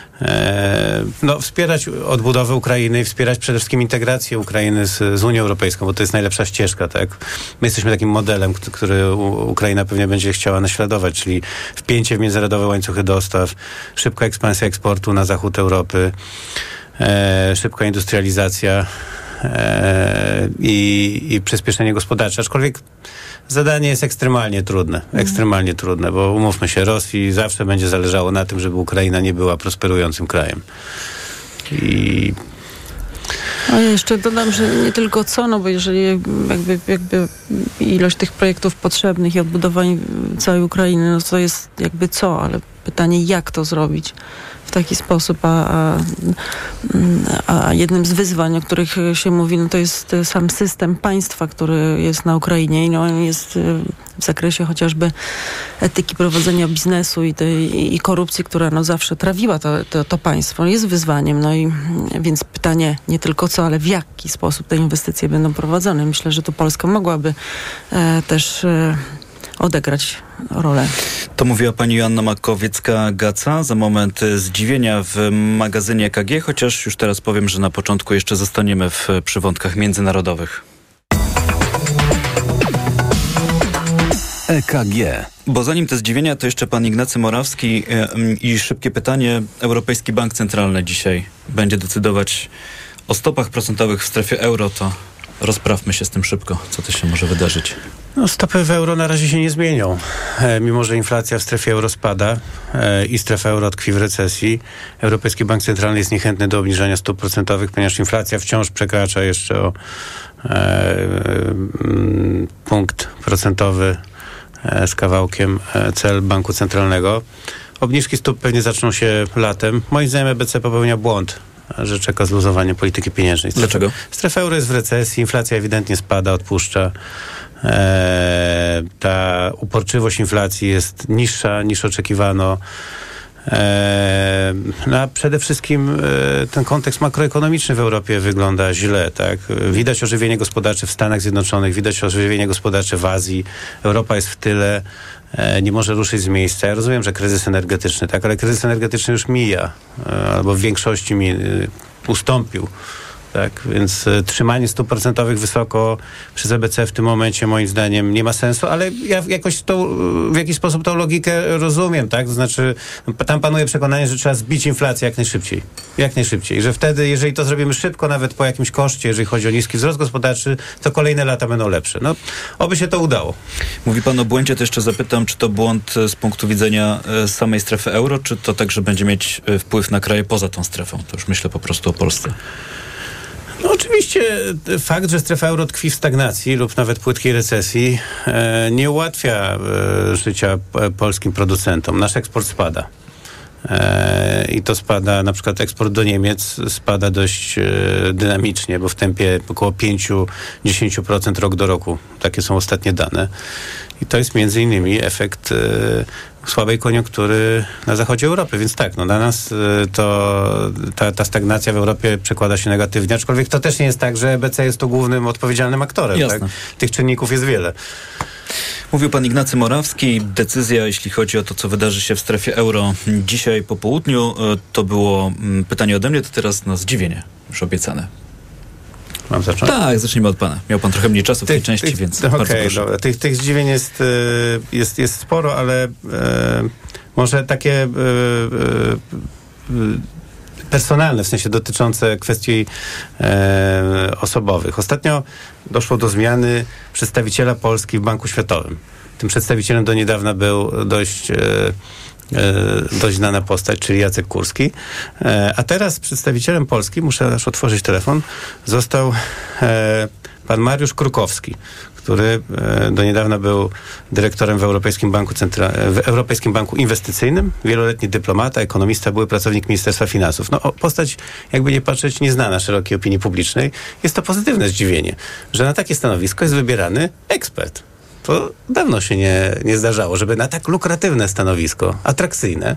no, wspierać odbudowę Ukrainy i wspierać przede wszystkim integrację Ukrainy z, z Unią Europejską, bo to jest najlepsza ścieżka, tak? My jesteśmy takim modelem, który Ukraina pewnie będzie chciała naśladować, czyli wpięcie w międzynarodowe łańcuchy dostaw, szybka ekspansja eksportu na zachód Europy, e, szybka industrializacja e, i, i przyspieszenie gospodarcze. Aczkolwiek zadanie jest ekstremalnie trudne, ekstremalnie trudne, bo umówmy się, Rosji zawsze będzie zależało na tym, żeby Ukraina nie była prosperującym krajem. I A ja jeszcze dodam, że nie tylko co, no bo jeżeli jakby, jakby ilość tych projektów potrzebnych i odbudowań całej Ukrainy, no to jest jakby co, ale pytanie, jak to zrobić w taki sposób, a, a, a jednym z wyzwań, o których się mówi, no to jest sam system państwa, który jest na Ukrainie i no on jest w zakresie chociażby etyki prowadzenia biznesu i, tej, i korupcji, która no zawsze trawiła to, to, to państwo, jest wyzwaniem. No i więc pytanie nie tylko co, ale w jaki sposób te inwestycje będą prowadzone. Myślę, że tu Polska mogłaby e, też e, odegrać rolę. To mówiła pani Joanna Makowiecka-Gaca. Za moment zdziwienia w magazynie E K G, chociaż już teraz powiem, że na początku jeszcze zostaniemy w przywątkach międzynarodowych. E K G. Bo zanim te zdziwienia, to jeszcze pan Ignacy Morawski i, i szybkie pytanie. Europejski Bank Centralny dzisiaj będzie decydować o stopach procentowych w strefie euro. To rozprawmy się z tym szybko. Co to się może wydarzyć? No, stopy w euro na razie się nie zmienią. E, mimo że inflacja w strefie euro spada e, i strefa euro tkwi w recesji, Europejski Bank Centralny jest niechętny do obniżania stóp procentowych, ponieważ inflacja wciąż przekracza jeszcze o e, e, punkt procentowy e, z kawałkiem e, cel Banku Centralnego. Obniżki stóp pewnie zaczną się latem. Moim zdaniem E B C popełnia błąd, że czeka zluzowanie polityki pieniężnej. Strefa, Dlaczego? Strefa euro jest w recesji, inflacja ewidentnie spada, odpuszcza. Eee, ta uporczywość inflacji jest niższa niż oczekiwano. Eee, no a przede wszystkim e, ten kontekst makroekonomiczny w Europie wygląda źle. Tak? Widać ożywienie gospodarcze w Stanach Zjednoczonych, widać ożywienie gospodarcze w Azji. Europa jest w tyle, e, nie może ruszyć z miejsca. Ja rozumiem, że kryzys energetyczny, tak, ale kryzys energetyczny już mija, e, albo w większości mi, e, ustąpił. Tak, więc y, trzymanie stóp procentowych wysoko przez E B C w tym momencie moim zdaniem nie ma sensu, ale ja jakoś to, w jakiś sposób tą logikę rozumiem, tak? To znaczy tam panuje przekonanie, że trzeba zbić inflację jak najszybciej. Jak najszybciej. Że wtedy, jeżeli to zrobimy szybko, nawet po jakimś koszcie, jeżeli chodzi o niski wzrost gospodarczy, to kolejne lata będą lepsze. No, oby się to udało. Mówi pan o błędzie, to jeszcze zapytam, czy to błąd z punktu widzenia samej strefy euro, czy to także będzie mieć wpływ na kraje poza tą strefą? To już myślę po prostu o Polsce. No oczywiście fakt, że strefa euro tkwi w stagnacji lub nawet płytkiej recesji e, nie ułatwia e, życia p- polskim producentom. Nasz eksport spada. E, I to spada, na przykład eksport do Niemiec spada dość e, dynamicznie, bo w tempie około pięć do dziesięciu procent rok do roku. Takie są ostatnie dane. I to jest między innymi efekt e, słabej koniunktury na zachodzie Europy. Więc tak, no dla nas e, to ta, ta stagnacja w Europie przekłada się negatywnie. Aczkolwiek to też nie jest tak, że E B C jest tu głównym odpowiedzialnym aktorem. Jasne. Tak? Tych czynników jest wiele. Mówił pan Ignacy Morawski. Decyzja, jeśli chodzi o to, co wydarzy się w strefie euro dzisiaj po południu, to było pytanie ode mnie, to teraz na zdziwienie już obiecane. Mam zacząć? Tak, zacznijmy od pana. Miał pan trochę mniej czasu w tej tych, części, tych, więc okay, bardzo proszę. Dobra. Tych, tych zdziwień jest, jest, jest sporo, ale e, może takie e, e, personalne, w sensie dotyczące kwestii e, osobowych. Ostatnio doszło do zmiany przedstawiciela Polski w Banku Światowym. Tym przedstawicielem do niedawna był dość... E, dość znana postać, czyli Jacek Kurski. A teraz przedstawicielem Polski, muszę aż otworzyć telefon, został pan Mariusz Krukowski, który do niedawna był dyrektorem w Europejskim Banku Centra- w Europejskim Banku Inwestycyjnym, wieloletni dyplomata, ekonomista, były pracownik Ministerstwa Finansów. No, postać, jakby nie patrzeć, nieznana szerokiej opinii publicznej. Jest to pozytywne zdziwienie, że na takie stanowisko jest wybierany ekspert. To dawno się nie, nie zdarzało, żeby na tak lukratywne stanowisko, atrakcyjne,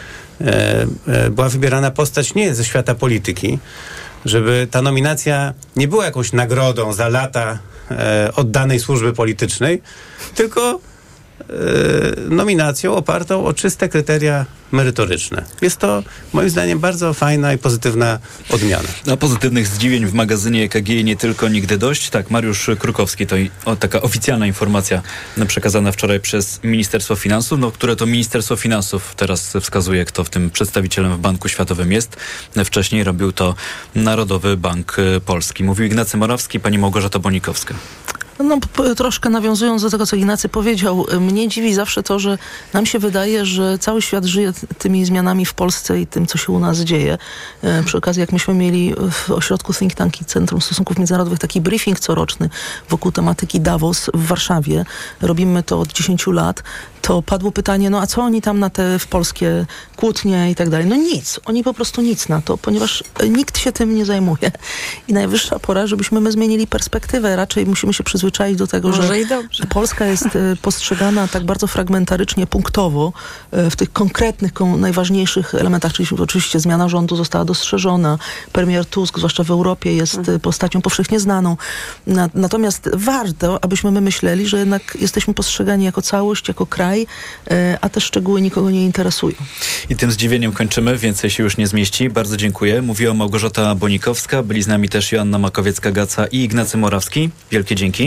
e, e, była wybierana postać nie ze świata polityki, żeby ta nominacja nie była jakąś nagrodą za lata e, oddanej służby politycznej, tylko e, nominacją opartą o czyste kryteria merytoryczne. Jest to moim zdaniem bardzo fajna i pozytywna odmiana. A pozytywnych zdziwień w magazynie E K G nigdy tylko nigdy dość. Tak, Mariusz Krukowski to i, o, taka oficjalna informacja przekazana wczoraj przez Ministerstwo Finansów, no, które to Ministerstwo Finansów teraz wskazuje, kto w tym przedstawicielem w Banku Światowym jest. Wcześniej robił to Narodowy Bank Polski. Mówił Ignacy Morawski, pani Małgorzata Bonikowska. No, p- troszkę nawiązując do tego, co Ignacy powiedział, mnie dziwi zawsze to, że nam się wydaje, że cały świat żyje t- tymi zmianami w Polsce i tym, co się u nas dzieje. E, przy okazji, jak myśmy mieli w ośrodku Think Tank i Centrum Stosunków Międzynarodowych taki briefing coroczny wokół tematyki Davos w Warszawie, robimy to od dziesięciu lat, to padło pytanie, no a co oni tam na te w polskie kłótnie i tak dalej? No nic, oni po prostu nic na to, ponieważ nikt się tym nie zajmuje. I najwyższa pora, żebyśmy my zmienili perspektywę. Raczej musimy się przyzwyczaić do tego, Może że i dobrze. Polska jest e, postrzegana tak bardzo fragmentarycznie, punktowo, e, w tych konkretnych, kon, najważniejszych elementach, czyli oczywiście zmiana rządu została dostrzeżona. Premier Tusk, zwłaszcza w Europie, jest e, postacią powszechnie znaną. Na, natomiast warto, abyśmy my myśleli, że jednak jesteśmy postrzegani jako całość, jako kraj, a te szczegóły nikogo nie interesują. I tym zdziwieniem kończymy, więcej się już nie zmieści. Bardzo dziękuję. Mówiła Małgorzata Bonikowska, byli z nami też Joanna Makowiecka-Gaca i Ignacy Morawski. Wielkie dzięki.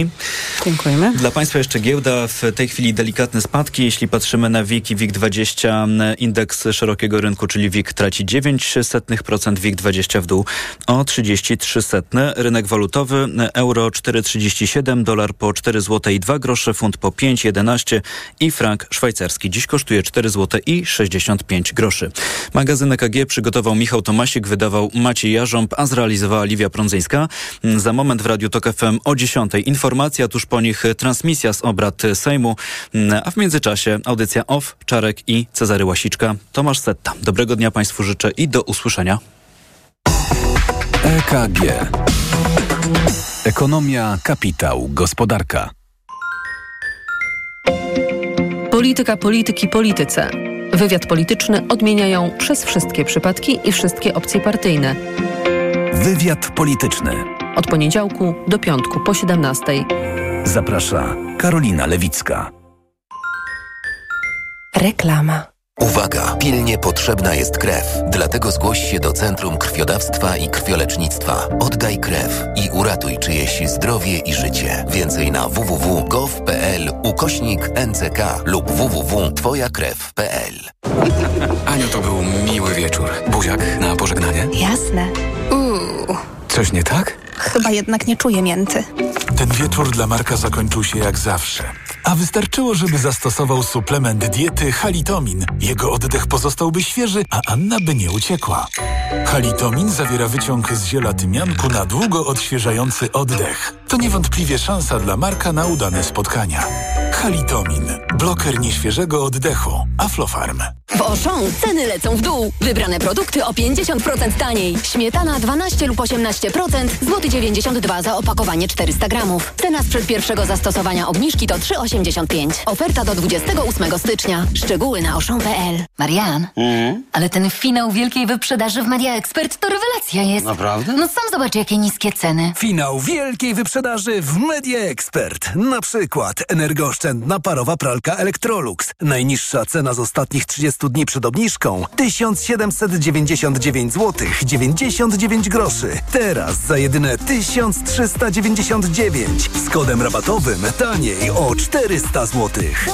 Dzięki. Dziękujemy. Dla Państwa jeszcze giełda. W tej chwili delikatne spadki. Jeśli patrzymy na W I K i W I K dwadzieścia, indeks szerokiego rynku, czyli W I K traci dziewięć procent, W I K dwadzieścia w dół o trzydzieści trzy procent. Rynek walutowy, euro cztery trzydzieści siedem, dolar po cztery złote i dwa grosze, funt po pięć jedenaście i frank szwajcarski dziś kosztuje cztery złote i sześćdziesiąt pięć groszy. Magazyn E K G przygotował Michał Tomasik, wydawał Maciej Jarząb, a zrealizowała Liwia Prądzyńska. Za moment w Radiu Tok F M o dziesiątej informacja, tuż po nich transmisja z obrad Sejmu, a w międzyczasie audycja O F, Czarek i Cezary Łasiczka. Tomasz Setta. Dobrego dnia Państwu życzę i do usłyszenia. E K G. Ekonomia, kapitał, gospodarka. Polityka, polityki, polityce. Wywiad polityczny odmieniają przez wszystkie przypadki i wszystkie opcje partyjne. Wywiad polityczny. Od poniedziałku do piątku po siedemnastej. Zaprasza Karolina Lewicka. Reklama. Uwaga! Pilnie potrzebna jest krew. Dlatego zgłoś się do Centrum Krwiodawstwa i Krwiolecznictwa. Oddaj krew i uratuj czyjeś zdrowie i życie. Więcej na w w w kropka gov kropka p l ukośnik N C K lub w w w kropka twoja krew kropka p l. Aniu, to był miły wieczór. Buziak na pożegnanie? Jasne. Uuu. Coś nie tak? Chyba jednak nie czuję mięty. Ten wieczór dla Marka zakończył się jak zawsze. A wystarczyło, żeby zastosował suplement diety Halitomin. Jego oddech pozostałby świeży, a Anna by nie uciekła. Halitomin zawiera wyciąg z ziela tymianku na długo odświeżający oddech. To niewątpliwie szansa dla Marka na udane spotkania. Halitomin. Bloker nieświeżego oddechu. Aflofarm. W Auchan ceny lecą w dół. Wybrane produkty o pięćdziesiąt procent taniej. Śmietana dwanaście lub osiemnaście procent, złoty dziewięćdziesiąt dwa za opakowanie czterysta gramów. Cena sprzed pierwszego zastosowania obniżki to trzy osiemdziesiąt pięć. Oferta do dwudziestego ósmego stycznia. Szczegóły na auchan kropka p l. Marian, mm? ale ten finał wielkiej wyprzedaży w Media Expert to rewelacja jest. Naprawdę? No sam zobacz, jakie niskie ceny. Finał wielkiej wyprzedaży w Media Expert. Na przykład energooszczędna parowa pralka Electrolux. Najniższa cena z ostatnich trzydziestu dni przed obniżką tysiąc siedemset dziewięćdziesiąt dziewięć złotych dziewięćdziesiąt dziewięć groszy. Teraz za jedyne tysiąc trzysta dziewięćdziesiąt dziewięć. Z kodem rabatowym taniej o czterysta złotych.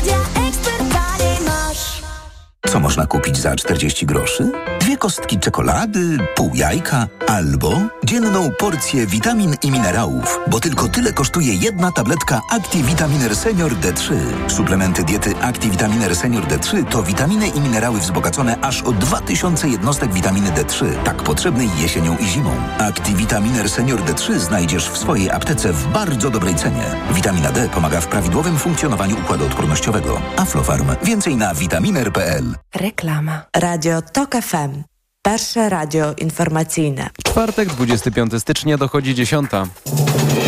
Co można kupić za czterdzieści groszy? Dwie kostki czekolady, pół jajka albo dzienną porcję witamin i minerałów, bo tylko tyle kosztuje jedna tabletka ActiVitaminer Senior D trzy. Suplementy diety ActiVitaminer Senior D trzy to witaminy i minerały wzbogacone aż o dwa tysiące jednostek witaminy D trzy, tak potrzebnej jesienią i zimą. ActiVitaminer Senior D trzy znajdziesz w swojej aptece w bardzo dobrej cenie. Witamina D pomaga w prawidłowym funkcjonowaniu układu odpornościowego. Aflofarm. Więcej na vitaminer kropka p l. Reklama. Radio Tok F M. Pierwsze radio informacyjne. Czwartek, dwudziestego piątego stycznia dochodzi dziesiąta.